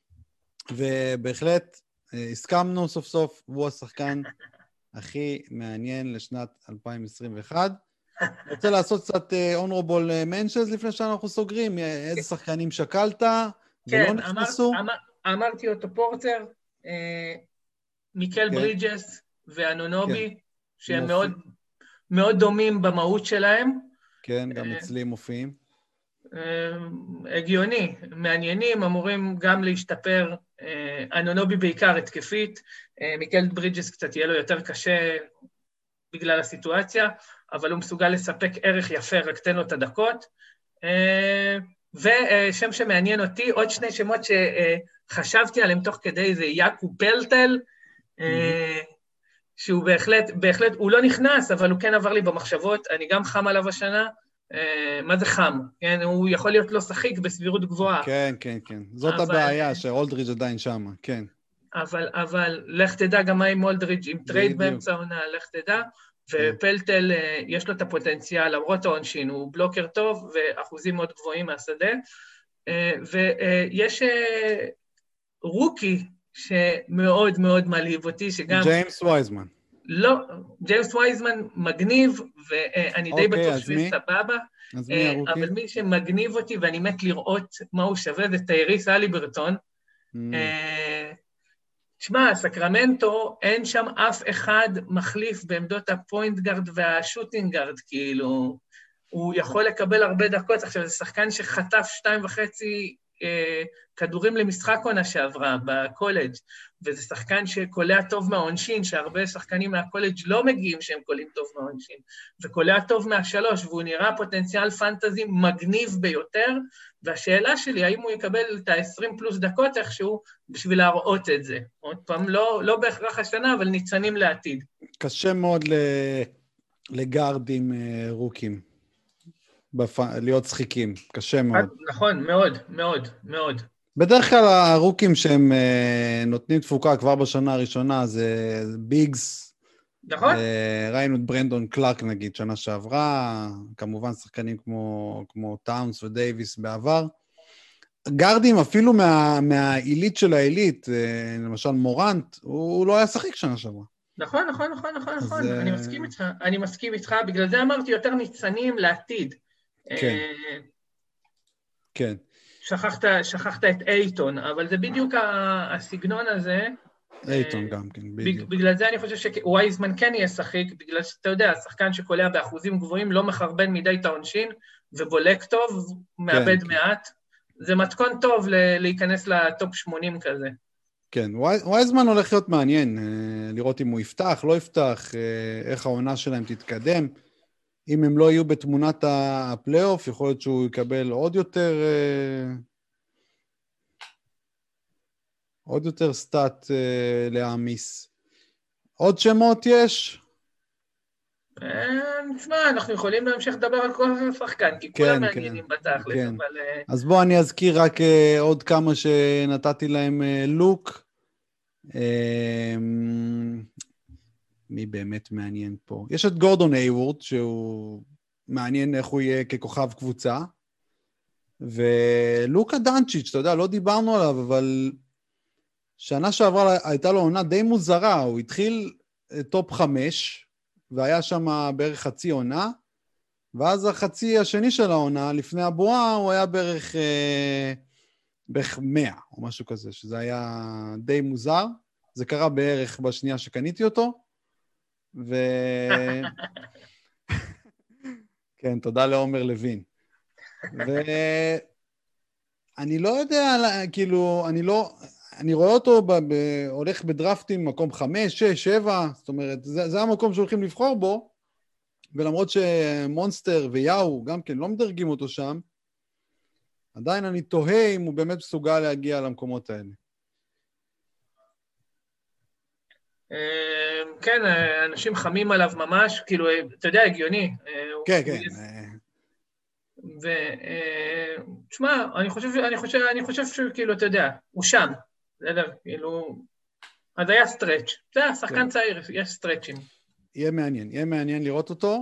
ובהחלט הסכמנו סוף סוף, הוא השחקן הכי מעניין לשנת 2021. רוצה לעשות קצת honorable mentions לפני שאנחנו סוגרים, איזה שחקנים שקלת ולא נכנסו? אמרתי אותו פורטר, מיקל ברידג'ס ואנונובי, שהם מאוד דומים במהות שלהם. כן, גם אצלי מופיעים. הגיוני, מעניינים, אמורים גם להשתפר, אנונובי בעיקר התקפית, מיקל ברידג'ס קצת יהיה לו יותר קשה בגלל הסיטואציה, אבל הוא מסוגל לספק ערך יפה, רק תן לו את הדקות. ושם שמעניין אותי, עוד שני שמות שחשבתי עליהם תוך כדי, זה יאקו פלטל, שהוא בהחלט, הוא לא נכנס, אבל הוא כן עבר לי במחשבות, אני גם חם עליו השנה, מה זה חם? כן, הוא יכול להיות לא שחיק בסבירות גבוהה. כן. זאת הבעיה, שאולדריץ' עדיין שם, כן. אבל לך תדע גם מה עם אולדריץ', עם טרייד באמצע העונה, לך תדע, ופלטל יש לו את הפוטנציאל, למרות העונשין, הוא בלוקר טוב, ואחוזים מאוד גבוהים מהשדה, ויש רוקי שמאוד מאוד מלהיב אותי, שגם... ג'יימס וייזמן. לא, ג'יימס וייזמן מגניב, ואני די בטוח שהוא סבבה, אבל מי שמגניב אותי, ואני מת לראות מה הוא שווה, זה טייריס אליברטון. תשמע, סקרמנטו, אין שם אף אחד מחליף בעמדות הפוינט גארד והשוטינג גארד, כאילו, הוא יכול לקבל הרבה דקות. עכשיו, זה שחקן שחטף 2.5 כדורים למשחק עונה שעברה בקולג', וזה שחקן שקולע טוב מהעונשין, שהרבה שחקנים מהקולג' לא מגיעים שהם קולעים טוב מהעונשין, וקולע טוב מהשלוש, והוא נראה פוטנציאל פנטזי מגניב ביותר, והשאלה שלי, האם הוא יקבל את ה-20 פלוס דקות איכשהו, בשביל להראות את זה. עוד פעם, לא בהכרח השנה, אבל ניצנים לעתיד. קשה מאוד לגארדים רוקים. להיות שחיקים, קשה מאוד. נכון, מאוד, מאוד, מאוד. בדרך כלל הרוקים שהם נותנים תפוקה כבר בשנה הראשונה, זה ביגס. נכון. ראינו את ברנדון קלארק נגיד, שנה שעברה, כמובן שחקנים כמו טאונס ודייביס בעבר. גארדים אפילו מהעילית של העילית, למשל מורנט, הוא לא היה שחיק שנה שעברה. נכון, אני מסכים איתך, בגלל זה אמרתי יותר ניצנים לעתיד. כן. שכחת את אייטון, אבל זה בדיוק הסגנון הזה. אייטון גם כן, בדיוק. בגלל זה אני חושב שווייזמן כן יהיה שחיק, בגלל שאתה יודע, השחקן שקולע באחוזים גבוהים לא מחרבן מדי את העונשין, ובולק טוב, מאבד מעט. זה מתכון טוב להיכנס לטופ 80 כזה. כן, ווייזמן הולך להיות מעניין, לראות אם הוא יפתח, לא יפתח, איך העונה שלהם תתקדם. אם הם לא יהיו בתמונת הפלייאוף, יכול להיות שהוא יקבל עוד יותר סטאט להעמיס. עוד שמות יש? נשמע, אנחנו יכולים להמשיך לדבר על כל שחקן, כי כולם מעניינים בתכלס, אבל... אז בוא אני אזכיר רק עוד כמה שנתתי להם לוק. מי באמת מעניין פה? יש את גורדון היוורד, שהוא מעניין איך הוא יהיה ככוכב קבוצה, ולוקה דנצ'יץ', אתה יודע, לא דיברנו עליו, אבל שנה שעברה הייתה לו עונה די מוזרה, הוא התחיל טופ 5, והיה שם בערך חצי עונה, ואז החצי השני של העונה, לפני הבועה, הוא היה בערך 100, או משהו כזה, שזה היה די מוזר. זה קרה בערך בשנייה שקניתי אותו, כן, תודה לעומר לוין. ואני לא יודע, כאילו, אני רואה אותו הולך בדרפטים מקום 5, 6, 7, זאת אומרת, זה המקום שהולכים לבחור בו, ולמרות שמונסטר ויאו גם כן לא מדרגים אותו שם, עדיין אני תוהה אם הוא באמת מסוגל להגיע למקומות האלה. כן, אנשים חמים עליו ממש, כאילו, אתה יודע, הגיוני. כן, כן. תשמע, אני חושב שכאילו, אתה יודע, הוא שם. בסדר, כאילו, אז היה סטרץ'. זה היה שחקן צעיר, יש סטרצ'ים. יהיה מעניין לראות אותו.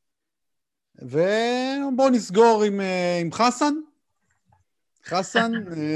ובואו נסגור עם חסן. חסן,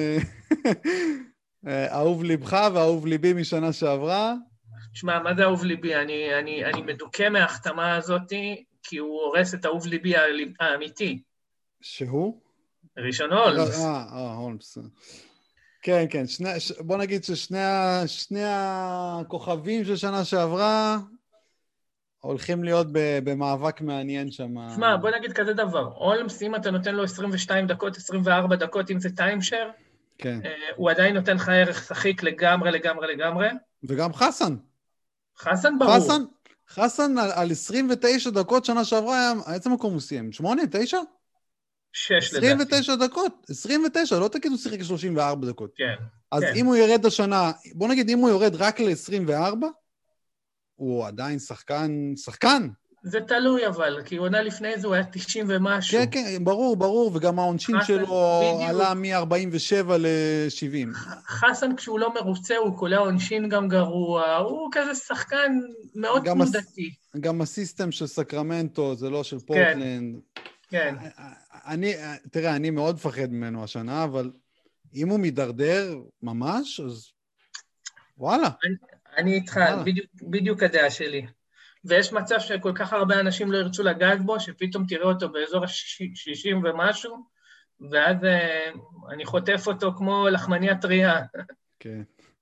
אהוב לבך ואהוב ליבי משנה שעברה. תשמע, מה זה אהוב ליבי? אני מדוכא מההחתמה הזאת, כי הוא הורס את אהוב ליבי האמיתי. שהוא? ראשון הולמס. הולמס. כן, כן. בוא נגיד ששני הכוכבים של שנה שעברה הולכים להיות במאבק מעניין שם. תשמע, בוא נגיד כזה דבר. הולמס, אם אתה נותן לו 22 דקות, 24 דקות, אם זה טיימשר, כן. הוא עדיין נותן לך ערך שחיק לגמרי. וגם חסן. חסן ברור. חסן על 29 דקות שנה שעברה, איזה מקום הוא סיים? 8, 9? 6 לדעתי. 29 דקות, 29, לא תגידו שיחק 34 דקות. כן. אז כן. אם הוא ירד השנה, בוא נגיד אם הוא יורד רק ל-24, הוא עדיין שחקן. זה תלוי אבל, כי עונה לפני זה הוא היה 90 ומשהו. כן, כן, ברור, וגם העונשין שלו עלה מ-47 ל-70. חסן כשהוא לא מרוצה, הוא קולע עונשין גם גרוע, הוא כזה שחקן מאוד תנודתי. גם הסיסטם של סקרמנטו, זה לא של פורטלנד. כן. תראה, אני מאוד מפחד ממנו השנה, אבל אם הוא מדרדר ממש, אז וואלה. אני איתך, בדיוק הדעה שלי. ויש מצב שכל כך הרבה אנשים לא ירצו לגעת בו, שפתאום תראה אותו באזור ה-60 ומשהו, ואז אני חוטף אותו כמו לחמניה טריה. כן.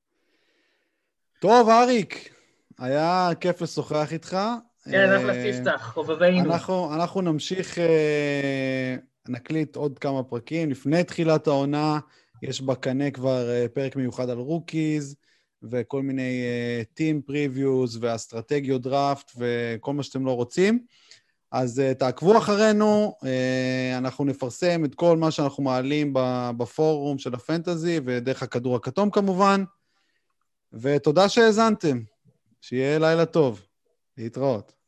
טוב, היה כיף לשוחח איתך. כן, אחלה תפתח, חובבינו. אנחנו נמשיך, נקליט עוד כמה פרקים. לפני תחילת העונה, יש בקנה כבר פרק מיוחד על רוקיז, וכל מיני טים פריוויוז ואסטרטגיות דראפט וכל מה שאתם לא רוצים. אז תעקבו אחרינו, אנחנו נפרסם את כל מה שאנחנו מעלים בפורום של הפנטזי, ודרך הכדור הכתום כמובן, ותודה שהאזנתם. שיהיה לילה טוב. להתראות.